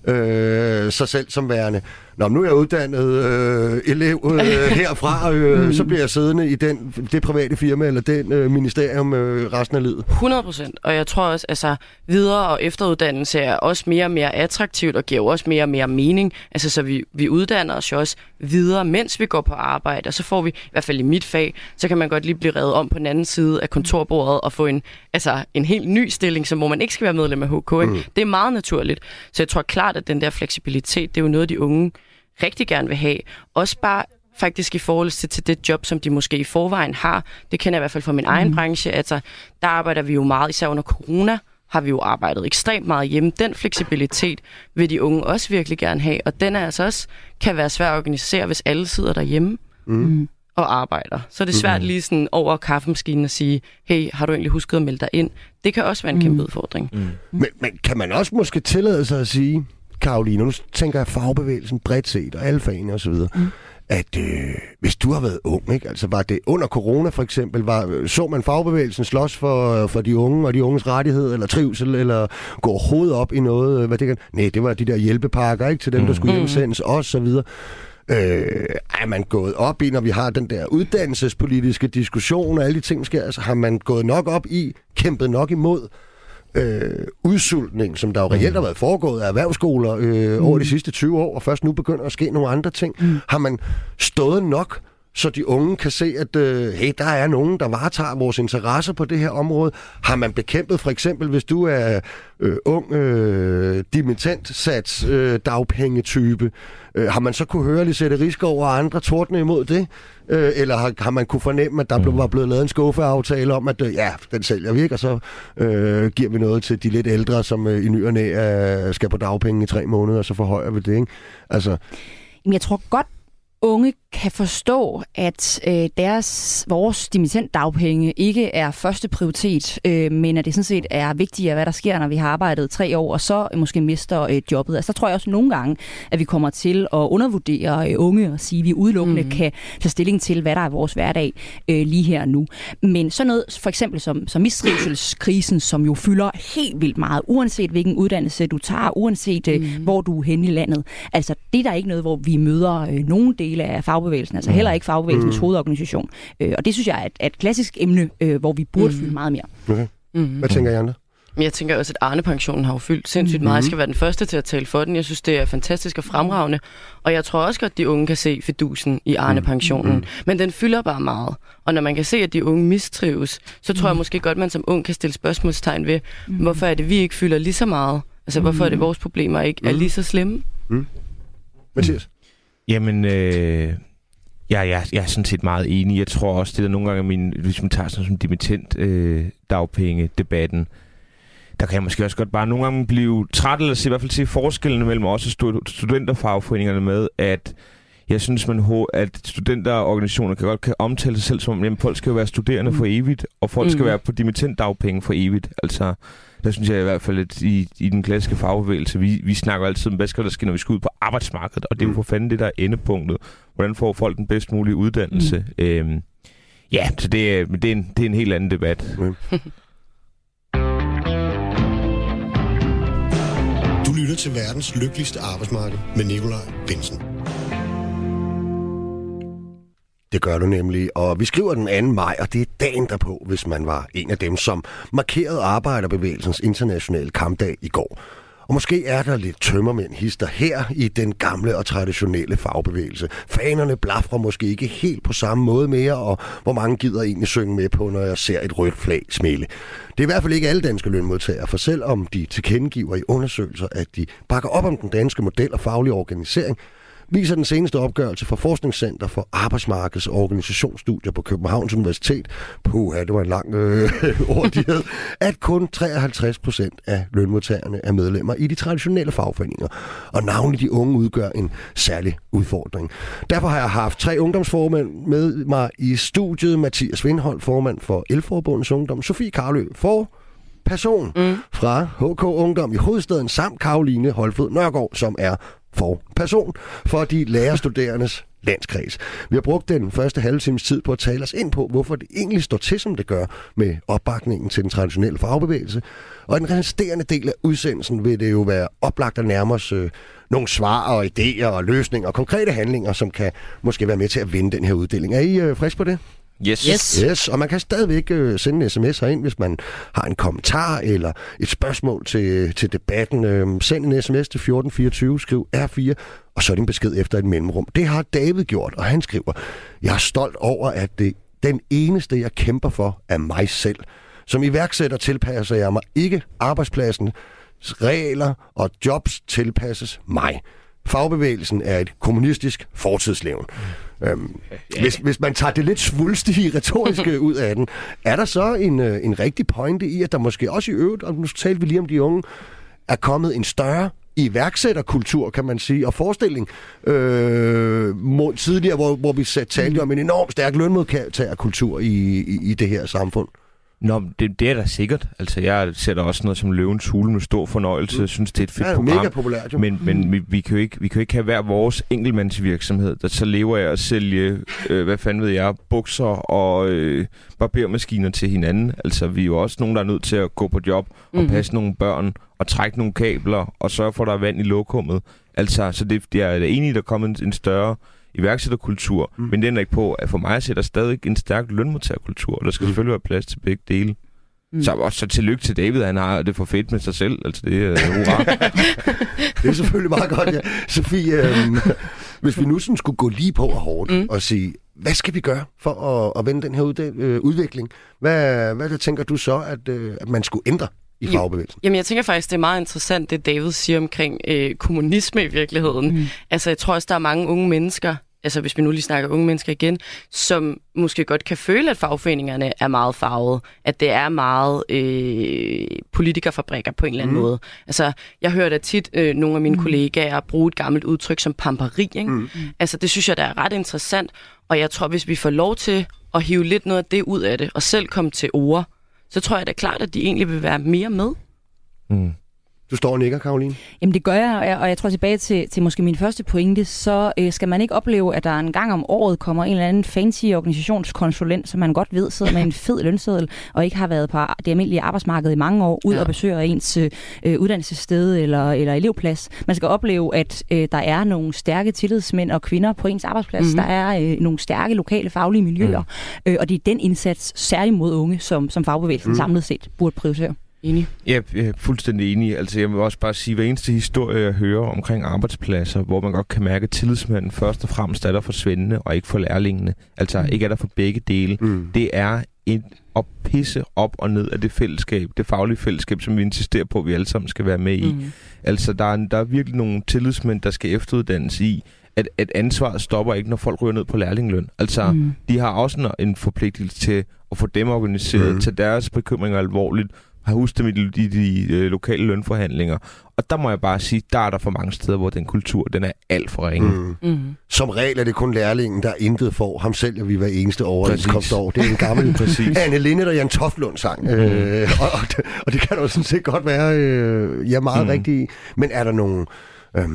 øh, sig selv som værende. Nå, nu er jeg uddannet øh, elev øh, herfra, øh, mm. så bliver jeg siddende i den, det private firma eller den øh, ministerium øh, resten af livet. hundrede procent. Og jeg tror også, altså videre- og efteruddannelse er også mere og mere attraktivt og giver også mere og mere mening. Altså så vi, vi uddanner os jo også videre, mens vi går på arbejde, og så får vi, i hvert fald i mit fag, så kan man godt lige blive revet om på den anden side af kontorbordet og få en, altså, en helt ny stilling, som hvor man ikke skal være medlem af H K. Mm. Det er meget naturligt. Så jeg tror klart, at den der fleksibilitet, det er jo noget, de unge rigtig gerne vil have. Også bare faktisk i forhold til, til det job, som de måske i forvejen har. Det kender jeg i hvert fald fra min mm. egen branche. Altså, der arbejder vi jo meget, især under corona, har vi jo arbejdet ekstremt meget hjemme. Den fleksibilitet vil de unge også virkelig gerne have, og den er altså også kan være svær at organisere, hvis alle sidder derhjemme mm. og arbejder. Så er det svært mm. lige sådan over kaffemaskinen at sige, hey, har du egentlig husket at melde dig ind? Det kan også være en mm. kæmpe udfordring. Mm. Men, men kan man også måske tillade sig at sige, Karoline, nu tænker jeg fagbevægelsen bredt set, og alle fagene og så videre, mm. at øh, hvis du har været ung, ikke? Altså var det under corona for eksempel, var, så man fagbevægelsen slås for, for de unge og de unges rettighed, eller trivsel, eller gå overhovedet op i noget, hvad det kan? Nej, det var de der hjælpepakker, ikke? Til dem, der skulle hjemsendes, og så videre. Øh, er man gået op i, når vi har den der uddannelsespolitiske diskussion og alle de ting sker, altså har man gået nok op i, kæmpet nok imod Øh, udsultning, som der jo reelt har været foregået af erhvervsskoler øh, mm. over de sidste tyve år, og først nu begynder at ske nogle andre ting. Mm. Har man stået nok, så de unge kan se, at øh, hey, der er nogen, der varetager vores interesser på det her område? Har man bekæmpet, for eksempel, hvis du er øh, ung, øh, dimittentsats, øh, dagpengetype, øh, har man så kunne høre Lisette Risgaard og andre tordne imod det? Øh, eller har, har man kunne fornemme, at der blev, var blevet lavet en skuffeaftale om, at øh, ja, den sælger vi ikke, og så øh, giver vi noget til de lidt ældre, som øh, i ny og næ øh, skal på dagpenge i tre måneder, og så forhøjer vi det, ikke? Altså... Jeg tror godt, unge kan forstå, at øh, deres, vores dimittentdagpenge ikke er første prioritet, øh, men at det sådan set er vigtigere, hvad der sker, når vi har arbejdet tre år, og så øh, måske mister øh, jobbet. Altså, der tror jeg også nogle gange, at vi kommer til at undervurdere øh, unge og sige, at vi udelukkende mm. kan tage stilling til, hvad der er vores hverdag øh, lige her og nu. Men sådan noget, for eksempel som, som mistrivselskrisen, som jo fylder helt vildt meget, uanset hvilken uddannelse du tager, uanset øh, mm. hvor du er henne i landet. Altså, det er der ikke noget, hvor vi møder øh, nogle dele af fagbevægelsen, altså heller ikke fagbevægelsens mm. hovedorganisation. Øh, og det synes jeg er et, er et klassisk emne, øh, hvor vi burde mm. fylde meget mere. Okay. Mm. Hvad tænker I andre? Men jeg tænker også, at Arne-pensionen har jo fyldt sindssygt meget. Jeg skal være den første til at tale for den. Jeg synes, det er fantastisk og fremragende. Og jeg tror også godt, at de unge kan se fidusen i Arne-pensionen. Mm. Men den fylder bare meget. Og når man kan se, at de unge mistrives, så tror mm. jeg måske godt, at man som ung kan stille spørgsmålstegn ved, mm. hvorfor er det, vi ikke fylder lige så meget Altså, hvorfor er det vores problemer ikke mm. er lige så slemme? Mm. Mathias? Jamen, øh, ja, jeg, jeg er sådan set meget enig. Jeg tror også, det der nogle gange er min, hvis man tager sådan som dimittent øh, dagpenge-debatten, der kan jeg måske også godt bare nogle gange blive træt, eller se, i hvert fald se forskellene mellem også studenterfagforeningerne med, at jeg synes, man, at studenterorganisationer kan godt kan omtale sig selv som, at folk skal jo være studerende for evigt, og folk skal mm. være på dimittentdagpenge for evigt. Altså, der synes jeg i hvert fald, at i, i den klassiske fagbevægelse, vi, vi snakker altid om, hvad skal der ske, når vi skal ud på arbejdsmarkedet, og det er jo for fanden det, der er endepunktet. Hvordan får folk den bedst mulige uddannelse? Mm. Øhm, ja, så det er, det, er en, det er en helt anden debat. Mm. Du lytter til verdens lykkeligste arbejdsmarked med Nikolaj Bensen. Det gør du nemlig, og vi skriver den anden maj, og det er dagen derpå, hvis man var en af dem, som markerede Arbejderbevægelsens internationale kampdag i går. Og måske er der lidt tømmermænd hister her i den gamle og traditionelle fagbevægelse. Fanerne blafrer måske ikke helt på samme måde mere, og hvor mange gider egentlig synge med på, når jeg ser et rødt flag smille. Det er i hvert fald ikke alle danske lønmodtagere, for selvom de tilkendegiver i undersøgelser, at de bakker op om den danske model og faglig organisering, viser den seneste opgørelse fra Forskningscenter for Arbejdsmarkeds- og Organisationsstudier på Københavns Universitet, puha, det var en lang øh, ord, de hed, at kun treoghalvtreds procent af lønmodtagerne er medlemmer i de traditionelle fagforeninger, og navnlig de unge udgør en særlig udfordring. Derfor har jeg haft tre ungdomsformænd med mig i studiet. Mathias Vindholm, formand for Elforbundets Ungdom, Sofie Karlø, for person mm. fra H K Ungdom i hovedstaden, samt Karoline Holfed Nørgaard, som er for person for de lærerstuderendes landskreds. Vi har brugt den første halve times tid på at tale os ind på, hvorfor det egentlig står til, som det gør med opbakningen til den traditionelle fagbevægelse. Og i den resterende del af udsendelsen vil det jo være oplagt at nærme os øh, nogle svar og idéer og løsninger og konkrete handlinger, som kan måske være med til at vinde den her uddeling. Er I øh, friske på det? Yes. yes. Yes, og man kan stadigvæk øh, sende en sms herind, hvis man har en kommentar eller et spørgsmål til, til debatten. Øh, send en sms til fjorten fireogtyve, skriv R fire, og så er din besked efter et mellemrum. Det har David gjort, og han skriver, jeg er stolt over, at det den eneste, jeg kæmper for, er mig selv. Som iværksætter tilpasser jeg mig ikke arbejdspladsen. Regler og jobs tilpasses mig. Fagbevægelsen er et kommunistisk fortidslevn. Øhm, ja. hvis, hvis man tager det lidt svulstige retoriske ud af den, er der så en, en rigtig pointe i, at der måske også i øvrigt, og nu talte vi lige om de unge, er kommet en større iværksætterkultur, kan man sige, og forestilling øh, mod tidligere, hvor, hvor vi talte om en enormt stærk lønmodtagerkultur i, i, i det her samfund? Nå, det, det er da sikkert. Altså, jeg sætter også noget som Løvens Hule med stor fornøjelse. Jeg synes, det er et fedt ja, program. Mega populært, jo. Men, men vi, vi, kan jo ikke, vi kan jo ikke have hver vores enkeltmandsvirksomhed, der så lever af at sælge, øh, hvad fanden ved jeg, bukser og øh, barbermaskiner til hinanden. Altså, vi er jo også nogen, der er nødt til at gå på job og mm. passe nogle børn og trække nogle kabler og sørge for, at der er vand i lokummet. Altså, så det, det er enig, der kommer en, en større iværksætterkultur, mm. men den er ikke på, at for mig sætter stadig en stærk lønmodtagerkultur, og der skal mm. selvfølgelig være plads til begge dele. Mm. Så også så tillykke til David, han har det for fedt med sig selv, altså det er hurra. Det er selvfølgelig meget godt, ja. Sofie, øh, hvis vi nu sådan skulle gå lige på og hårdt mm. og sige, hvad skal vi gøre for at, at vende den her uddel- øh, udvikling? Hvad, hvad tænker du så, at, øh, at man skulle ændre i fagbevægelsen? Jamen, jeg tænker faktisk, det er meget interessant, det David siger omkring øh, kommunisme i virkeligheden. Mm. Altså, jeg tror også, der er mange unge mennesker, altså hvis vi nu lige snakker unge mennesker igen, som måske godt kan føle, at fagforeningerne er meget farvet, at det er meget øh, politikerfabrikker på en eller anden mm. måde. Altså, jeg hører da tit øh, nogle af mine mm. kollegaer bruge et gammelt udtryk som pamperi, ikke? Mm. Altså, det synes jeg, der er ret interessant, og jeg tror, hvis vi får lov til at hive lidt noget af det ud af det, og selv komme til ord, så tror jeg da klart, at de egentlig vil være mere med. Mm. Du står og nikker, Karoline. Jamen det gør jeg, og jeg, og jeg tror tilbage til, til måske min første pointe, så øh, skal man ikke opleve, at der en gang om året kommer en eller anden fancy organisationskonsulent, som man godt ved sidder med en fed lønseddel, og ikke har været på det almindelige arbejdsmarked i mange år, ud ja. og besøger ens øh, uddannelsessted eller, eller elevplads. Man skal opleve, at øh, der er nogle stærke tillidsmænd og kvinder på ens arbejdsplads. Mm-hmm. Der er øh, nogle stærke lokale faglige miljøer, mm. øh, og det er den indsats, særligt mod unge, som, som fagbevægelsen mm. samlet set burde prioritere. Enig. Ja, jeg er fuldstændig enig. Altså, jeg vil også bare sige, at hver eneste historie, jeg hører omkring arbejdspladser, hvor man godt kan mærke, at tillidsmanden først og fremmest er der for svendene og ikke for lærlingene. Altså, mm. ikke er der for begge dele. Mm. Det er et, at pisse op og ned af det fællesskab, det faglige fællesskab, som vi insisterer på, at vi alle sammen skal være med i. Mm. Altså, der er, der er virkelig nogle tillidsmænd, der skal efteruddannes i, at, at ansvaret stopper ikke, når folk ryger ned på lærlingeløn. Altså, mm. de har også en, en forpligtelse til at få dem organiseret, mm. til deres bekymringer alvorligt, har husket dem i de, de, de øh, lokale lønforhandlinger. Og der må jeg bare sige, der er der for mange steder, hvor den kultur, den er alt for ringe. Mm. Mm. Som regel er det kun lærlingen, der intet får. Ham sælger vi hver eneste overenskomstår. Det er en gammel Anne Linnet og Jan Toftlund sang. Mm. Øh, og, og, det, og det kan jo sådan set godt være, øh, ja, meget mm. rigtigt. Men er der nogle... Øh,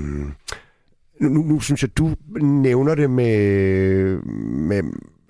nu, nu synes jeg, du nævner det med... med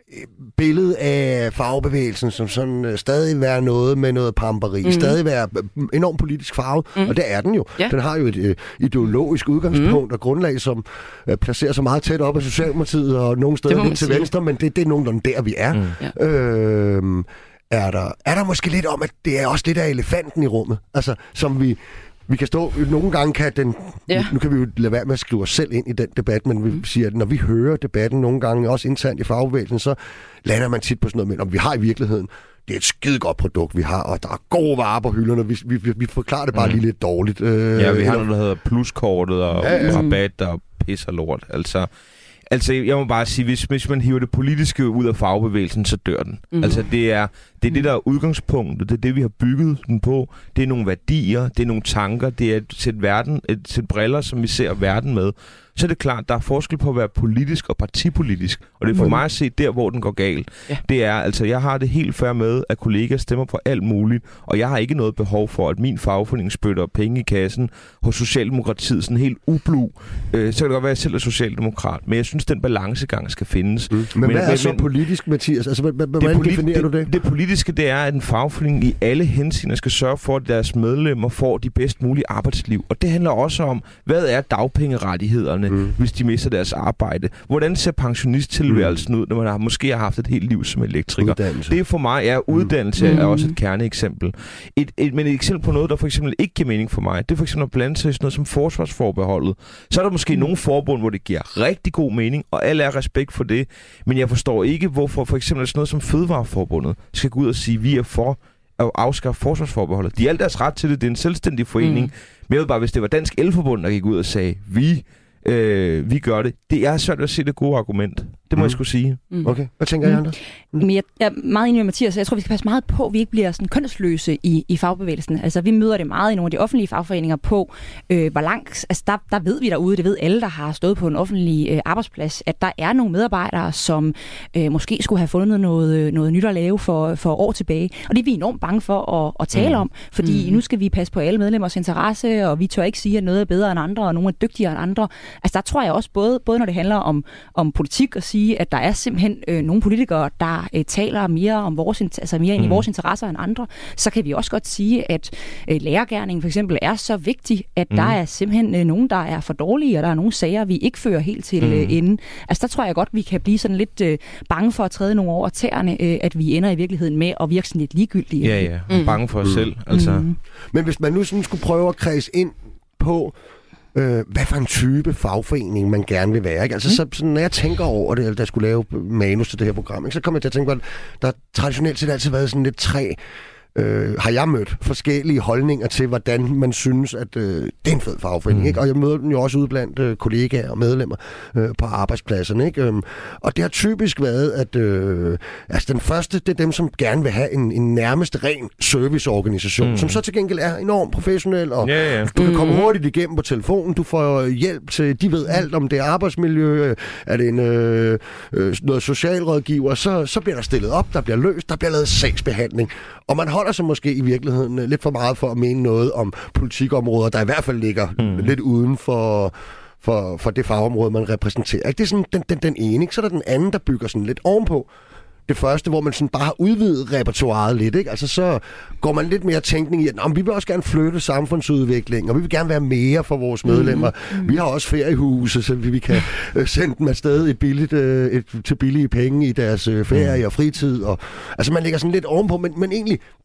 billede af fagbevægelsen som sådan uh, stadig være noget med noget pamperi, mm. stadig være enormt politisk farve, mm. og det er den jo. Ja. Den har jo et uh, ideologisk udgangspunkt mm. og grundlag, som uh, placerer sig meget tæt op af Socialdemokratiet og nogle steder lidt til sige. Venstre, men det, det er nogenlunde der, vi er. Mm. Ja. Øh, er, der, er der måske lidt om, at det er også lidt af elefanten i rummet, altså som vi Vi kan stå, nogle gange kan den, ja. nu kan vi jo lade være med at skrive os selv ind i den debat, men vi siger, at når vi hører debatten nogle gange, også internt i fagbevægelsen, så lander man tit på sådan noget med, om vi har i virkeligheden, det er et skide godt produkt, vi har, og der er gode varer på hylderne, vi, vi, vi forklarer det bare mm. lige lidt dårligt. Øh, ja, vi har noget, der hedder pluskortet og ja, ja. rabat og pis og lort, altså... Altså, jeg må bare sige, hvis, hvis man hiver det politiske ud af fagbevægelsen, så dør den. Mm-hmm. Altså, det er, det er det, der er udgangspunktet. Det er det, vi har bygget den på. Det er nogle værdier, det er nogle tanker, det er et sæt, verden, et sæt briller, som vi ser verden med. Så er det klart, der er forskel på at være politisk og partipolitisk. Og det er for mig at se der, hvor den går galt. Ja. Det er, altså, jeg har det helt fair med, at kollegaer stemmer på alt muligt, og jeg har ikke noget behov for, at min fagforening spytter penge i kassen hos Socialdemokratiet, sådan helt ublu. Øh, så kan det godt være, at jeg selv er socialdemokrat, men jeg synes, den balancegang skal findes. Mm. Men, men hvad er men, så politisk, Mathias? Altså, hvordan politi- definerer det, du det? Det politiske, det er, at en fagforening i alle henseender skal sørge for, at deres medlemmer får de bedst mulige arbejdsliv. Og det handler også om, hvad er dagpengerettighederne, mm. hvis de mister deres arbejde? Hvordan ser pensionisttilværelsen mm. ud, når man har, måske har haft et helt liv som elektriker? Uddannelse. Det er for mig, ja, uddannelse mm. er også et kerneeksempel. Et, et, men et eksempel på noget, der for eksempel ikke giver mening for mig, det er for eksempel at blande sig i sådan noget som forsvarsforbeholdet. Så er der måske mm. nogle forbund, hvor det giver rigtig god mening, og alle er respekt for det. Men jeg forstår ikke, hvorfor for eksempel sådan noget som Fødevareforbundet skal gå ud og sige, at vi er for at afskaffe forsvarsforbeholdet. De har alt deres ret til det. Det er en selvstændig forening. Mm. Men jeg ved bare, hvis det var Dansk Elforbund, der gik ud og sagde, vi, øh, vi gør det. Det er svært at se det gode argument. Det må mm. jeg skulle sige. Mm. Okay. Hvad tænker I, Anders? Mm. Jeg er meget enig med Mathias. Jeg tror, vi skal passe meget på, at vi ikke bliver sådan kønsløse i, i fagbevægelsen. Altså, vi møder det meget i nogle af de offentlige fagforeninger på, øh, hvor langt... Altså, der, der ved vi derude, det ved alle, der har stået på en offentlig øh, arbejdsplads, at der er nogle medarbejdere, som øh, måske skulle have fundet noget, noget nyt at lave for, for år tilbage. Og det er vi enormt bange for at, at tale mm. om, fordi mm. nu skal vi passe på alle medlemmers interesse, og vi tør ikke sige, at noget er bedre end andre, og nogle er dygtigere end andre. Altså, der tror jeg også, både, både når det handler om, om politik og sige, at der er simpelthen øh, nogle politikere, der øh, taler mere om vores, altså mere ind i mm. vores interesser end andre, så kan vi også godt sige, at øh, lærergerningen for eksempel er så vigtig, at mm. der er simpelthen øh, nogen, der er for dårlige, og der er nogle sager, vi ikke fører helt til mm. øh, enden. Altså der tror jeg godt, vi kan blive sådan lidt øh, bange for at træde nogle over tæerne, øh, at vi ender i virkeligheden med at virke sådan lidt ligegyldige. Ja, ja. Mm. Bange for os mm. selv. Altså. Mm. Men hvis man nu sådan skulle prøve at kredse ind på Øh, hvad for en type fagforening man gerne vil være. Ikke? Altså, mm. så, så, når jeg tænker over det, eller der skulle lave manus til det her program, ikke, så kommer jeg til at tænke på, at der traditionelt set altid været sådan lidt tre, øh, har jeg mødt forskellige holdninger til, hvordan man synes, at øh, det er en fed fagforening. Mm. Ikke? Og jeg møder den jo også ude blandt øh, kollegaer og medlemmer øh, på arbejdspladserne. Ikke? Øhm, og det har typisk været, at øh, altså den første, det er dem, som gerne vil have en, en nærmest ren serviceorganisation, mm. som så til gengæld er enormt professionel, og yeah, yeah. du kan komme hurtigt igennem på telefonen, du får hjælp til, de ved alt om det arbejdsmiljø, er det en, øh, øh, noget socialrådgiver, så, så bliver der stillet op, der bliver løst, der bliver lavet sagsbehandling. Og man holder sig måske i virkeligheden lidt for meget for at mene noget om politikområder, der i hvert fald ligger mm. lidt uden for, for, for det fagområde, man repræsenterer. Ikke? Det er sådan den, den, den ene, ikke? Så er der den anden, der bygger sådan lidt ovenpå det første, hvor man sådan bare har udvidet repertoireet lidt. Ikke? Altså så går man lidt mere tænkning i, at vi vil også gerne flytte samfundsudviklingen, og vi vil gerne være mere for vores medlemmer. Mm. Vi har også feriehuse, så vi, vi kan øh, sende dem afsted et billigt, øh, et, til billige penge i deres øh, ferie og fritid. Og, altså man ligger sådan lidt ovenpå, men, men egentlig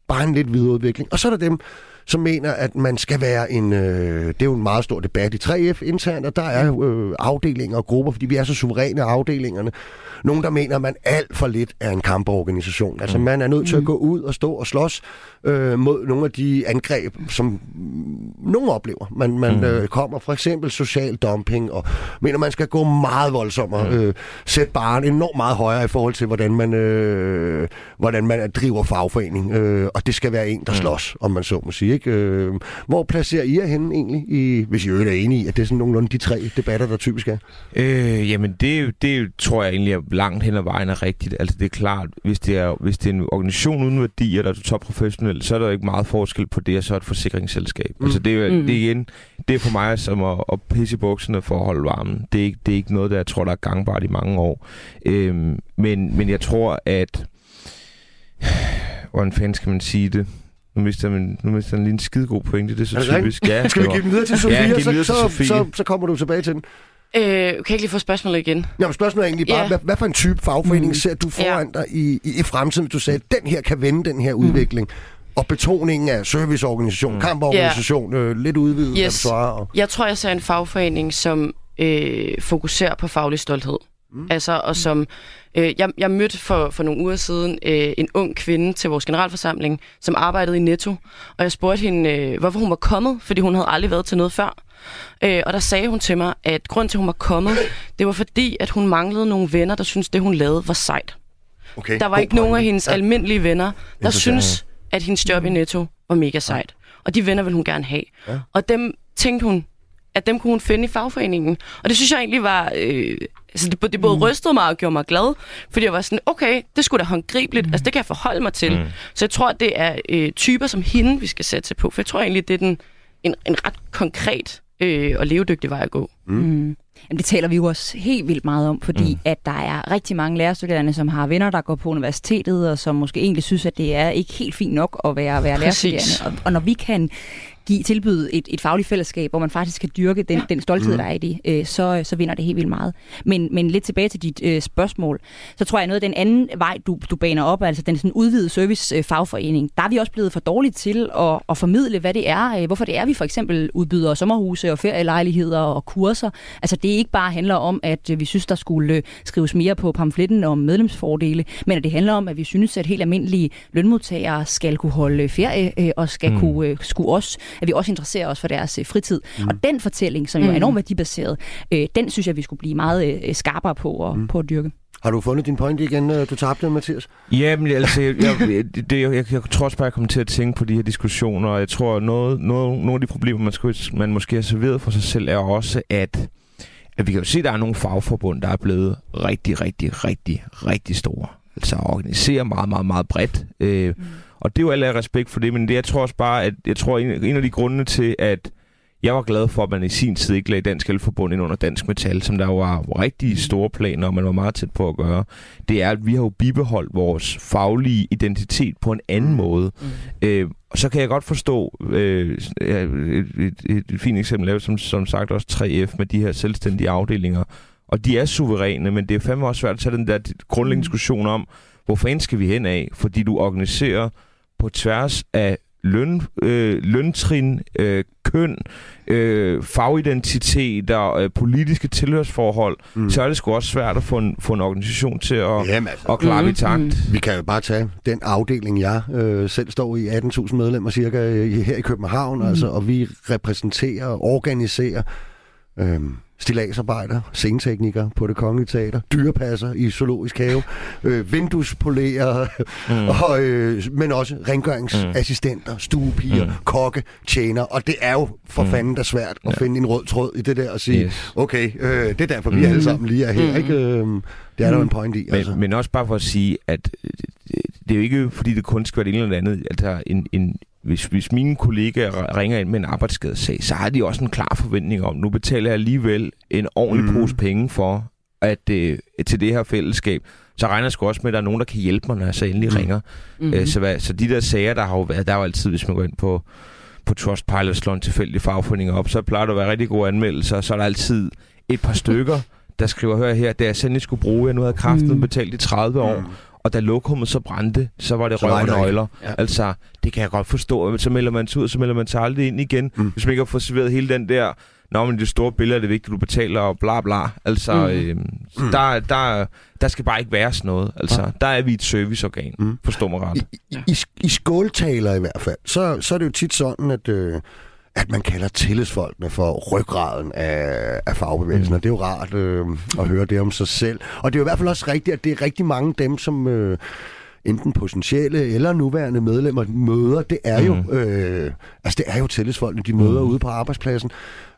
bare en lidt videreudvikling. Og så er der dem, som mener, at man skal være en... Øh, det er jo en meget stor debat i tre F internt, og der er øh, afdelinger og grupper, fordi vi er så suveræne af afdelingerne. Nogen, der mener, at man alt for lidt er en kamporganisation. Altså, man er nødt til at gå ud og stå og slås øh, mod nogle af de angreb, som nogen oplever. Man, man øh, kommer for eksempel social dumping, og mener, man skal gå meget voldsommere. Øh, sætte barren enormt meget højere i forhold til, hvordan man, øh, hvordan man driver fagforening. Øh, og det skal være en, der slås, om man så må sige. Ikke? Øh, hvor placerer I jer henne egentlig, i, hvis I øvrigt er enige i, at det er sådan nogenlunde de tre debatter, der typisk er? Øh, jamen, det, det tror jeg egentlig er langt hen ad vejen er rigtigt. Altså, det er klart, hvis det er, hvis det er en organisation uden værdi, eller du er topprofessionel, så er der jo ikke meget forskel på det, og så et forsikringsselskab. Mm. Altså, det er, mm. det er igen, det er for mig som at, at pisse i bukserne for at holde varmen. Det er ikke, det er ikke noget, der jeg tror, der er gangbart i mange år. Øhm, men, men jeg tror, at... Hvordan fanden skal man sige det? Nu mister man, nu mister man lige en skidegod pointe. Det er så er typisk. Ja, skal vi give den videre til Sofie, ja, så, til så, Sofie. Så, så kommer du tilbage til den. Øh, kan jeg ikke lige få spørgsmålet igen? Ja, men spørgsmålet er egentlig bare, yeah. hvad, hvad for en type fagforening mm. ser du foran dig i, i, i fremtiden? Du sagde, at den her kan vende den her mm. udvikling. Og betoningen af serviceorganisation, mm. kamporganisation, yeah. øh, lidt udvidet. Yes. Og... Jeg tror, jeg ser en fagforening, som øh, fokuserer på faglig stolthed. Mm. Altså, og som... Øh, jeg, jeg mødte for, for nogle uger siden øh, en ung kvinde til vores generalforsamling, som arbejdede i Netto. Og jeg spurgte hende, øh, hvorfor hun var kommet, fordi hun havde aldrig været til noget før. Øh, og der sagde hun til mig, at grund til, at hun var kommet, det var fordi, at hun manglede nogle venner, der syntes, det hun lavede var sejt. Okay. Der var God ikke nogen af hendes ja. almindelige venner, der syntes, at hendes job i Netto var mega sejt. Og de venner ville hun gerne have. Ja. Og dem tænkte hun, at dem kunne hun finde i fagforeningen. Og det synes jeg egentlig var... Øh, altså det, det både mm. rystede mig og gjorde mig glad, fordi jeg var sådan, okay, det skulle da håndgribeligt, mm. altså det kan jeg forholde mig til. Mm. Så jeg tror, at det er øh, typer som hende, vi skal sætte på, for jeg tror egentlig, det er den, en, en ret konkret øh, og levedygtig vej at gå. Mm. Mm. Jamen, det taler vi jo også helt vildt meget om, fordi mm. at der er rigtig mange lærerstuderende, som har venner, der går på universitetet, og som måske egentlig synes, at det er ikke helt fint nok at være, være lærerstuderende. Og, og når vi kan give tilbyde et, et fagligt fællesskab, hvor man faktisk kan dyrke den, ja. den stolthed, mm. der er i det, øh, så, så vinder det helt vildt meget. Men, men lidt tilbage til dit øh, spørgsmål, så tror jeg noget af den anden vej, du, du baner op, altså den sådan udvidede service-fagforening, øh, der er vi også blevet for dårligt til at, at formidle, hvad det er, øh, hvorfor det er, vi for eksempel udbyder sommerhuse og ferielejligheder og kurser. Altså det ikke bare handler om, at øh, vi synes, der skulle øh, skrives mere på pamfletten om medlemsfordele, men at det handler om, at vi synes, at helt almindelige lønmodtagere skal kunne holde ferie øh, og skal mm. kunne øh, skulle også at vi også interesserer os for deres øh, fritid. Mm. Og den fortælling, som jo er enormt værdibaseret, øh, den synes jeg, vi skulle blive meget øh, skarpere på at, mm. på at dyrke. Har du fundet din pointe igen, du tabte, Mathias? Ja, men altså, jeg, jeg, det, jeg, jeg, jeg tror også bare, jeg kommer til at tænke på de her diskussioner, og jeg tror, noget, noget, nogle af de problemer, man, skal, man måske har serveret for sig selv, er også, at, at vi kan jo se, at der er nogle fagforbund, der er blevet rigtig, rigtig, rigtig, rigtig store. Altså organiserer meget, meget, meget bredt. Øh, mm. Og det er jo alle respekt for det, men det, jeg tror også bare, at jeg tror, en, en af de grunde til, at jeg var glad for, at man i sin tid ikke lagde Dansk Elforbund ind under Dansk Metal, som der var rigtig store planer, og man var meget tæt på at gøre, det er, at vi har jo bibeholdt vores faglige identitet på en anden måde. Mm. Øh, og så kan jeg godt forstå, øh, et, et, et, et fint eksempel er som, som sagt også tre F med de her selvstændige afdelinger, og de er suveræne, men det er fandme også svært at tage den der grundlæggende diskussion om, hvor fanden skal vi hen af? Fordi du organiserer på tværs af løn, øh, løntrin, øh, køn, øh, fagidentiteter, øh, politiske tilhørsforhold, mm. så er det sgu også svært at få en, få en organisation til at, Jamen, altså, at klare mm. i takt. Mm. Vi kan jo bare tage den afdeling, jeg øh, selv står i, atten tusind medlemmer cirka her i København, mm. altså, og vi repræsenterer og organiserer øh, stilladsarbejder, sceneteknikere på Det Kongelige Teater, dyrepasser i Zoologisk Have, øh, vinduespolerer, mm. og, øh, men også rengøringsassistenter, mm. stuepiger, mm. kokke, tjener, og det er jo for mm. fanden da svært at ja. finde en rød tråd i det der og sige, yes. okay, øh, det er derfor, vi mm. alle sammen lige er her, mm. ikke? Øh, det er der jo en point i. Altså. Men, men også bare for at sige, at det er jo ikke, fordi det kun skal være det ene eller andet, altså en, en Hvis, hvis mine kollegaer ringer ind med en arbejdsskadesag, så har de også en klar forventning om, nu betaler jeg alligevel en ordentlig mm. pose penge for, at øh, til det her fællesskab. Så regner jeg sgu også med, at der er nogen, der kan hjælpe mig, når jeg så endelig mm. ringer. Mm-hmm. Æ, så, hvad, så de der sager, der har jo været, der er jo altid, hvis man går ind på, på Trustpilot og slår en tilfældig fagforening op, så plejer der at være rigtig gode anmeldelser, så er der altid et par stykker, der skriver, hør her, da jeg sendelig skulle bruge, jeg nu havde kraften mm. betalt i tredive år, mm. og da lokummet så brændte, så var det Så røv var og det nøgler. Ja. Altså, det kan jeg godt forstå. Så melder man sig ud, så melder man sig aldrig ind igen. Mm. Hvis man ikke har fået serveret hele den der, nå, men det store billede er det vigtigt, du betaler, og bla bla. Altså, mm. øh, mm. Der, der, der skal bare ikke være sådan noget. Altså, ja. Der er vi et serviceorgan. Mm. Forstår mig ret. I, i, i, I skåltaler i hvert fald, så, så er det jo tit sådan, at... Øh, at man kalder tillidsfolkene for ryggraden af, af fagbevægelsen, mm. og det er jo rart øh, at høre det om sig selv. Og det er jo i hvert fald også rigtigt, at det er rigtig mange af dem, som øh, enten potentielle eller nuværende medlemmer møder, det er jo, mm. øh, altså det er jo tillidsfolkene, de møder mm. ude på arbejdspladsen.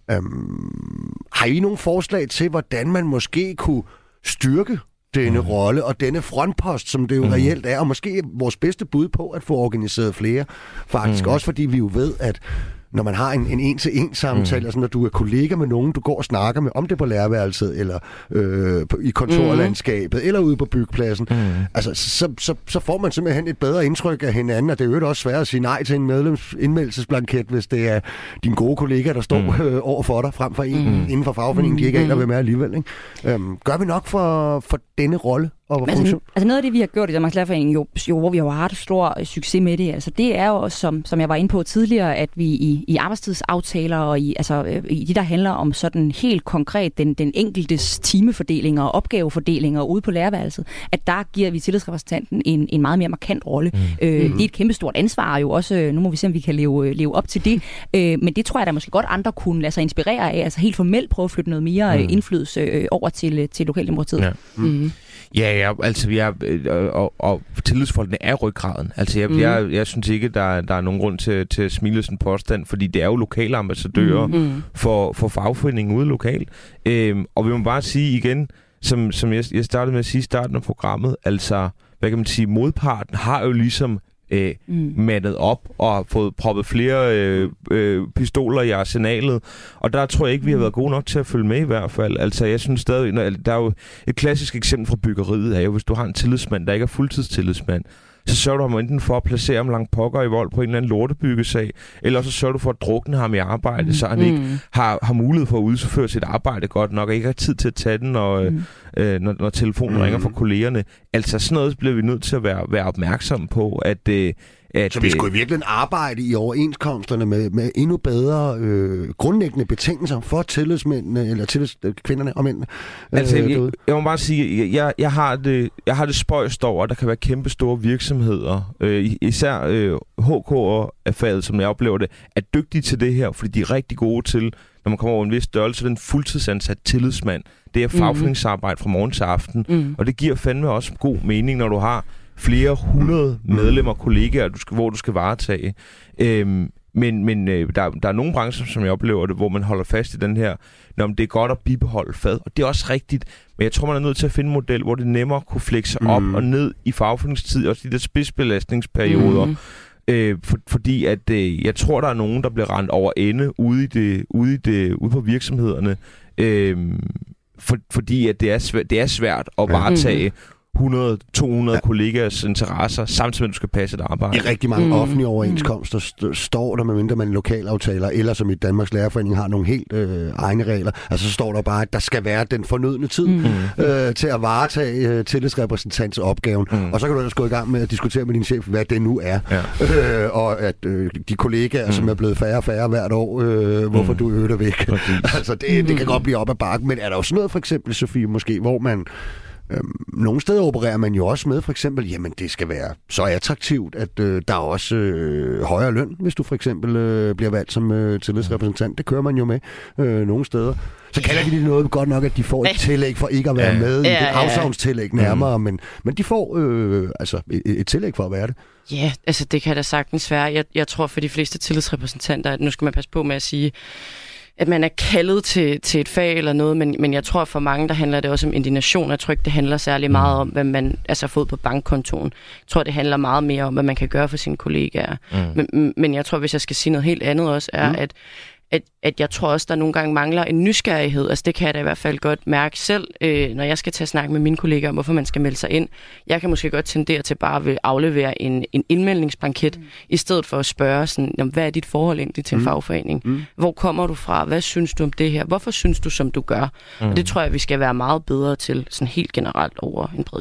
Øhm, har I nogle forslag til, hvordan man måske kunne styrke denne mm. rolle og denne frontpost, som det jo mm. reelt er, og måske vores bedste bud på at få organiseret flere, faktisk mm. også fordi vi jo ved, at når man har en, en en-til-en samtale, mm. altså når du er kollega med nogen, du går og snakker med, om det på lærerværelset, eller øh, på, i kontorlandskabet, mm. eller ude på byggepladsen, mm. altså så, så, så får man simpelthen et bedre indtryk af hinanden, og det er jo også svært at sige nej til en medlems indmeldelsesblanket, hvis det er dine gode kollegaer, der står mm. øh, over for dig, frem for en mm. inden for fagforeningen, de ikke aner, hvem er alligevel. Ikke? Øhm, gør vi nok for, for denne rolle? Altså, altså noget af det, vi har gjort i Danmarks Lærerforening, jo, jo, hvor vi har haft stor succes med det, altså det er jo også, som, som jeg var inde på tidligere, at vi i, i arbejdstidsaftaler og i, altså, i de, der handler om sådan helt konkret den, den enkeltes timefordelinger og opgavefordelinger ude på lærerværelset, at der giver vi tillidsrepræsentanten en, en meget mere markant rolle. Mm. Øh, mm-hmm. Det er et kæmpestort ansvar jo også, nu må vi se, om vi kan leve, leve op til det, øh, men det tror jeg, der måske godt andre kunne lade sig inspirere af, altså helt formelt prøve at flytte noget mere mm. indflydelse øh, over til, til lokaldemokratiet. Ja. Mm. Mm. Ja, ja, altså jeg, og, og tillidsfolkene er ryggraden. Altså jeg, mm. jeg, jeg synes ikke, der, der er nogen grund til, til at smile sådan en påstand, fordi det er jo lokale ambassadører mm. for, for fagforeningen ude lokalt. Øhm, og vi må bare sige igen, som, som jeg, jeg startede med at sige i starten af programmet, altså, hvad kan man sige, modparten har jo ligesom Øh, mm. mandet op og har fået proppet flere øh, øh, pistoler i arsenalet. Og der tror jeg ikke, vi har været gode nok til at følge med i hvert fald. Altså, jeg synes stadig, når, der er jo et klassisk eksempel fra byggeriet er jo, hvis du har en tillidsmand, der ikke er fuldtidstillidsmand, så sørger du ham enten for at placere ham langt pokker i vold på en eller anden lortebyggesag, eller så sørger du for at drukne ham i arbejde, mm. så han ikke har, har mulighed for at udføre sit arbejde godt nok, og ikke har tid til at tage den, når, mm. øh, når, når telefonen mm. ringer fra kollegerne. Altså sådan noget bliver vi nødt til at være, være opmærksomme på, at... Øh, At, så vi skulle i virkeligheden arbejde i overenskomsterne med, med endnu bedre øh, grundlæggende betingelser for tillidsmændene, eller tillidskvinderne og mændene. Altså, øh, jeg, jeg må bare sige, jeg, jeg, har det, jeg har det spøjst over, at der kan være kæmpe store virksomheder, øh, især øh, H K-faget, som jeg oplever det, er dygtige til det her, fordi de er rigtig gode til, når man kommer over en vis størrelse, den fuldtidsansat tillidsmand. Det er fagforeningsarbejde fra morgen til aften, mm. og det giver fandme også god mening, når du har flere hundrede medlemmer, kollegaer, du skal, hvor du skal varetage. Øhm, men men øh, der, der er nogle brancher, som jeg oplever det, hvor man holder fast i den her, når det er godt at bibeholde fad. Og det er også rigtigt, men jeg tror, man er nødt til at finde en model, hvor det nemmere kunne flexe mm. op og ned i fagforeningstid, og de der spidsbelastningsperioder. Mm. Øh, for, fordi at øh, jeg tror, der er nogen, der bliver rendt over ende ude, i det, ude, i det, ude på virksomhederne, øh, for, fordi at det, er svært, det er svært at varetage hundrede til to hundrede ja. kollegaers interesser, samtidig med, at du skal passe et arbejde. I rigtig mange mm. offentlige overenskomster st- står der, medmindre man lokalaftaler, eller som i Danmarks Lærerforening har nogle helt øh, egne regler, altså så står der bare, at der skal være den fornødne tid mm. øh, til at varetage øh, tillidsrepræsentantsopgaven. Mm. Og så kan du ellers gå i gang med at diskutere med din chef, hvad det nu er. Ja. Øh, og at øh, de kollegaer, mm. som er blevet færre og færre hvert år, øh, hvorfor mm. du øger dig væk. altså det, det kan godt blive op ad bakken, men er der jo sådan noget, for eksempel, Sofie, måske, hvor man Øhm, nogle steder opererer man jo også med, for eksempel, jamen det skal være så attraktivt, at øh, der er også øh, højere løn, hvis du for eksempel øh, bliver valgt som øh, tillidsrepræsentant. Det kører man jo med øh, nogle steder. Så kalder de det noget godt nok, at de får et tillæg for ikke at være ja. med i ja, det afsavnstillæg nærmere, mm. men, men de får øh, altså et, et tillæg for at være det. Ja, altså det kan da sagtens være. Jeg, jeg tror for de fleste tillidsrepræsentanter, at nu skal man passe på med at sige, at man er kaldet til, til et fag eller noget, men, men jeg tror for mange, der handler det også om indignation. Jeg tror ikke, det handler særlig meget om, hvad man altså har fået på bankkontoen. Jeg tror, det handler meget mere om, hvad man kan gøre for sine kollegaer. Mm. Men, men jeg tror, hvis jeg skal sige noget helt andet også, er, mm. at At, at jeg tror også, der nogle gange mangler en nysgerrighed. Altså det kan jeg da i hvert fald godt mærke selv, øh, når jeg skal tage snak med mine kollegaer om, hvorfor man skal melde sig ind. Jeg kan måske godt tendere til bare at aflevere en, en indmeldingsblanket, mm. i stedet for at spørge, sådan, jamen, hvad er dit forhold egentlig til en mm. fagforening? Mm. Hvor kommer du fra? Hvad synes du om det her? Hvorfor synes du, som du gør? Mm. Og det tror jeg, vi skal være meget bedre til, sådan helt generelt over en bred kamp.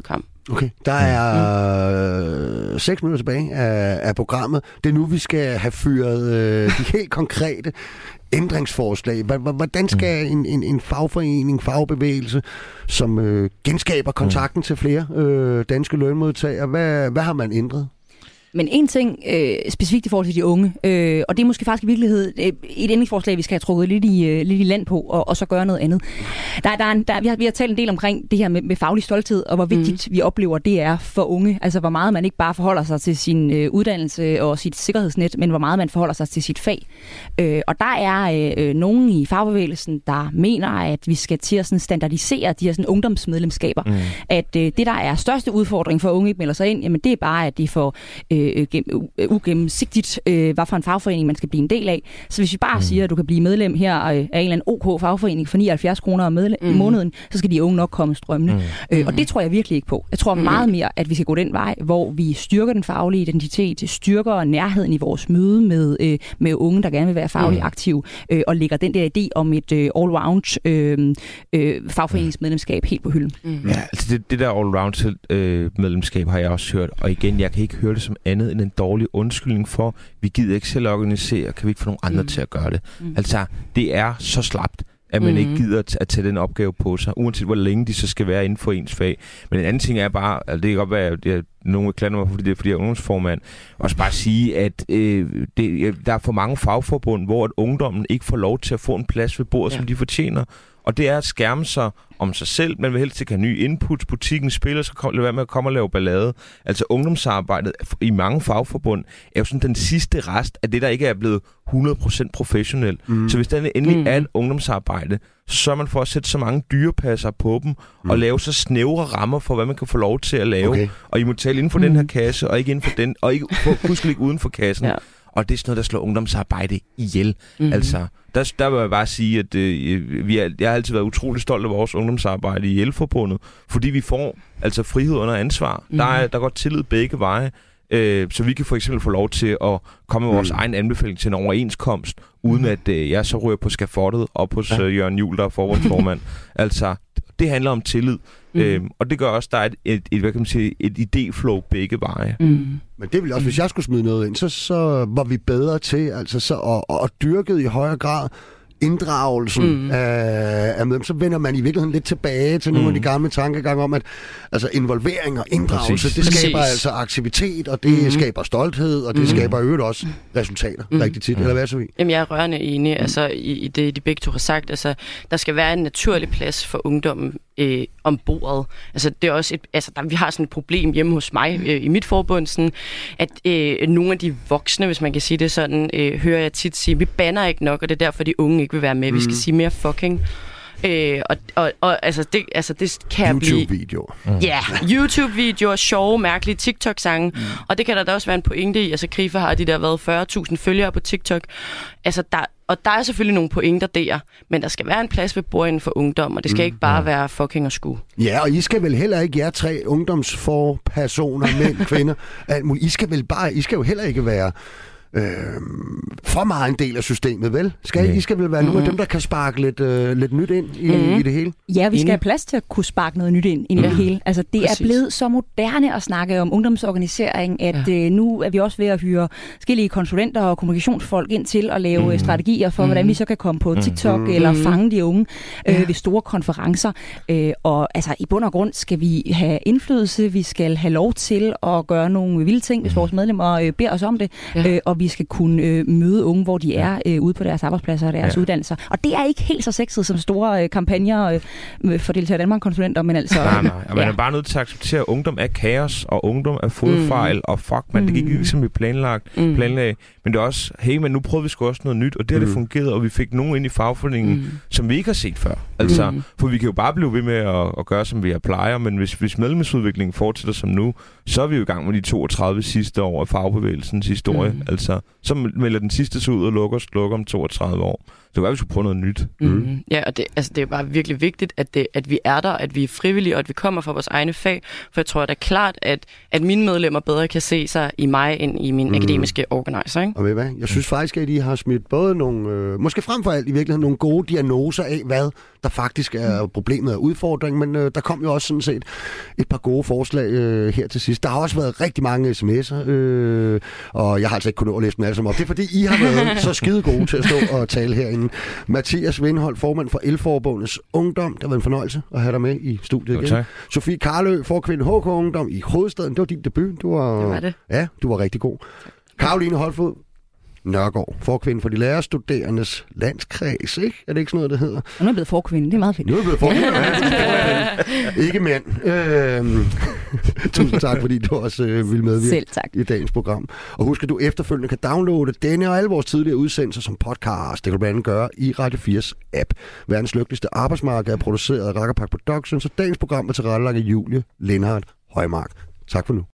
Okay, der er øh, seks minutter tilbage af, af programmet. Det er nu, vi skal have fyret øh, de helt konkrete ændringsforslag. Hvordan skal en, en, en fagforening, fagbevægelse, som øh, genskaber kontakten til flere øh, danske lønmodtagere, hvad, hvad har man ændret? Men en ting øh, specifikt i forhold til de unge, øh, og det er måske faktisk i virkeligheden øh, et ændringsforslag, vi skal have trukket lidt i, øh, lidt i land på, og, og så gøre noget andet. Der, der er en, der, vi, har, vi har talt en del omkring det her med, med faglig stolthed, og hvor vigtigt mm. vi oplever, det er for unge. Altså hvor meget man ikke bare forholder sig til sin øh, uddannelse og sit sikkerhedsnet, men hvor meget man forholder sig til sit fag. Øh, og der er øh, nogen i fagbevægelsen, der mener, at vi skal til at sådan standardisere de her sådan, ungdomsmedlemskaber. Mm. At øh, det, der er største udfordring for unge, ikke melder sig ind, jamen det er bare, at de får øh, ugennemsigtigt, øh, hvad for en fagforening man skal blive en del af. Så hvis vi bare mm. siger, at du kan blive medlem her af en eller anden OK fagforening for nioghalvfjerds kroner om medlem, mm. måneden, så skal de unge nok komme strømmende. Mm. Øh, og det tror jeg virkelig ikke på. Jeg tror mm. meget mere, at vi skal gå den vej, hvor vi styrker den faglige identitet, styrker nærheden i vores møde med, øh, med unge, der gerne vil være fagligt mm. aktive, øh, og lægger den der idé om et øh, all-round øh, øh, fagforeningsmedlemskab helt på hylden. Mm. Ja, altså det, det der all-round øh, medlemskab har jeg også hørt, og igen, jeg kan ikke høre det som andet end en dårlig undskyldning for, vi gider ikke selv organisere, kan vi ikke få nogle andre mm. til at gøre det. Mm. Altså, det er så slapt, at man mm. ikke gider at tage den opgave på sig, uanset hvor længe de så skal være inden for ens fag. Men en anden ting er bare, altså det kan godt være, at nogen vil klande mig, fordi det er, fordi jeg er ungdomsformand, også bare sige, at øh, det, der er for mange fagforbund, hvor at ungdommen ikke får lov til at få en plads ved bordet, ja. som de fortjener. Og det er at skærme sig om sig selv. Man vil helst ikke have nye inputs. Butikken spiller, så kom, lad være med at komme og lave ballade. Altså ungdomsarbejdet i mange fagforbund er jo sådan den sidste rest af det, der ikke er blevet hundrede procent professionelt. Mm. Så hvis der endelig mm. er et ungdomsarbejde, så sørger man for at sætte så mange dyrepasser på dem, mm. og lave så snævre rammer for, hvad man kan få lov til at lave. Okay. Og I må tale inden for mm. den her kasse, og ikke inden for den, og ikke husk ikke uden for kassen. Ja. Og det er sådan noget, der slår ungdomsarbejde ihjel. Mm-hmm. Altså, der, der vil jeg bare sige, at øh, vi er, jeg har altid været utrolig stolt af vores ungdomsarbejde i Elforbundet, fordi vi får altså frihed under ansvar. Mm-hmm. Der, er, der går tillid begge veje, øh, så vi kan for eksempel få lov til at komme med vores mm. egen anbefaling til en overenskomst, uden mm. at øh, jeg så rører på skafottet op hos ja. øh, Jørgen Juhl, der er formandsformand. Altså, det handler om tillid. Mm. Øhm, og det gør også, der er et, et, et, hvad kan man sige, et idéflow begge veje. Mm. Men det vil også, hvis jeg skulle smide noget ind, så, så var vi bedre til altså, så, og, og dyrket i højere grad inddragelsen mm. af, af dem. Så vender man i virkeligheden lidt tilbage til nogle mm. af de gamle tankegange om, at altså, involvering og inddragelse, Præcis. det skaber Præcis. altså aktivitet, og det mm. skaber stolthed, og det mm. skaber øvrigt også resultater mm. rigtig tit. Mm. Eller hvad så vi? Jamen, jeg er rørende enig mm. altså, i, i det, de begge to har sagt. Altså, der skal være en naturlig plads for ungdommen øh, om bordet. Altså, det er også et, altså, der, vi har sådan et problem hjemme hos mig øh, i mit forbund, sådan, at øh, nogle af de voksne, hvis man kan sige det sådan, øh, hører jeg tit sige, vi banner ikke nok, og det er derfor, de unge ikke vil være med. Mm. Vi skal sige mere fucking. Øh, og, og, og altså, det, altså, det kan blive... YouTube-videoer. Mm. Ja, YouTube-videoer, sjove, mærkelige TikTok-sange. Mm. Og det kan der da også være en pointe i. Altså, Krifa har de der været fyrre tusind følgere på TikTok. Altså, der, og der er selvfølgelig nogle pointer der, men der skal være en plads ved bordet for ungdom, og det skal mm. ikke bare være fucking og sku. Ja, og I skal vel heller ikke, jer tre ungdomsforpersoner, mænd, kvinder, I skal vel bare, I skal jo heller ikke være... Øh, for meget en del af systemet, vel? Skal I, I skal vel være mm-hmm. nogle af dem, der kan sparke lidt, øh, lidt nyt ind i, mm-hmm. i det hele? Ja, vi skal have plads til at kunne sparke noget nyt ind i det hele. Altså, det Præcis. er blevet så moderne at snakke om ungdomsorganisering, at ja. øh, nu er vi også ved at hyre forskellige konsulenter og kommunikationsfolk ind til at lave mm-hmm. strategier for, hvordan vi så kan komme på TikTok mm-hmm. eller fange de unge øh, ja. ved store konferencer. Øh, og altså, i bund og grund skal vi have indflydelse, vi skal have lov til at gøre nogle vilde ting, hvis vores medlemmer øh, beder os om det, ja. øh, og vi skal kunne øh, møde unge, hvor de er øh, ude på deres arbejdspladser og deres ja. uddannelser. Og det er ikke helt så sexet som store øh, kampagner øh, for deltager Danmark-konsulenter, men altså... Nej, nej. Og man ja. er bare nødt til at acceptere, at ungdom er kaos, og ungdom er fodfejl, mm. og fuck, man, det gik ikke som vi planlagt, mm. planlagde. Men det er også, hey, men nu prøvede vi sgu også noget nyt, og det har mm. det fungeret, og vi fik nogen ind i fagforeningen, mm. som vi ikke har set før. Altså, mm. for vi kan jo bare blive ved med at, at gøre, som vi har plejer, men hvis, hvis medlemsudviklingen fortsætter som nu, så er vi jo i gang med de toogtredive sidste år af fagbevægelsens historie. Mm. Altså, så melder den sidste sig ud og lukker, lukker om toogtredive år. det var, at vi skulle prøve noget nyt. Mm-hmm. Ja, og det, altså, det er bare virkelig vigtigt, at, det, at vi er der, at vi er frivillige, og at vi kommer fra vores egne fag. For jeg tror, at det er klart, at, at mine medlemmer bedre kan se sig i mig, end i min mm. akademiske organizer. Ikke? Og ved hvad? Jeg synes faktisk, at I har smidt både nogle, øh, måske frem for alt i virkeligheden, nogle gode diagnoser af, hvad der faktisk er problemet og udfordringen, men øh, der kom jo også sådan set et par gode forslag øh, her til sidst. Der har også været rigtig mange sms'er, øh, og jeg har altså ikke kunnet nå at læse dem alle sammen op. Det er fordi, I har været så skide gode til at stå og tale herinde. Mathias Vindhold, formand for Elforbundets Ungdom. Det har været en fornøjelse at have dig med i studiet igen. Jo, Sofie Karlø, forkvinde H K Ungdom i Hovedstaden. Det var din debut. Du var, det var det. Ja, du var rigtig god. Karoline Holfod Nørgaard, forkvinde for de lærerstuderendes landskreds, ikke? Er det ikke sådan noget, det hedder? Nu er blevet forkvinde, det er meget fedt. Nu er blevet forkvinde, ja. Ikke mænd. Øh, tusind tak, fordi du også øh, ville medvirke i dagens program. Og husk, at du efterfølgende kan downloade denne og alle vores tidligere udsendelser som podcast. Det kan du blandt andet gøre i Radio fires app. Verdens lykkeligste arbejdsmarked er produceret af Rakkerpark Productions, så dagens program er tilrettelagt af Julie Lindhardt Højmark. Tak for nu.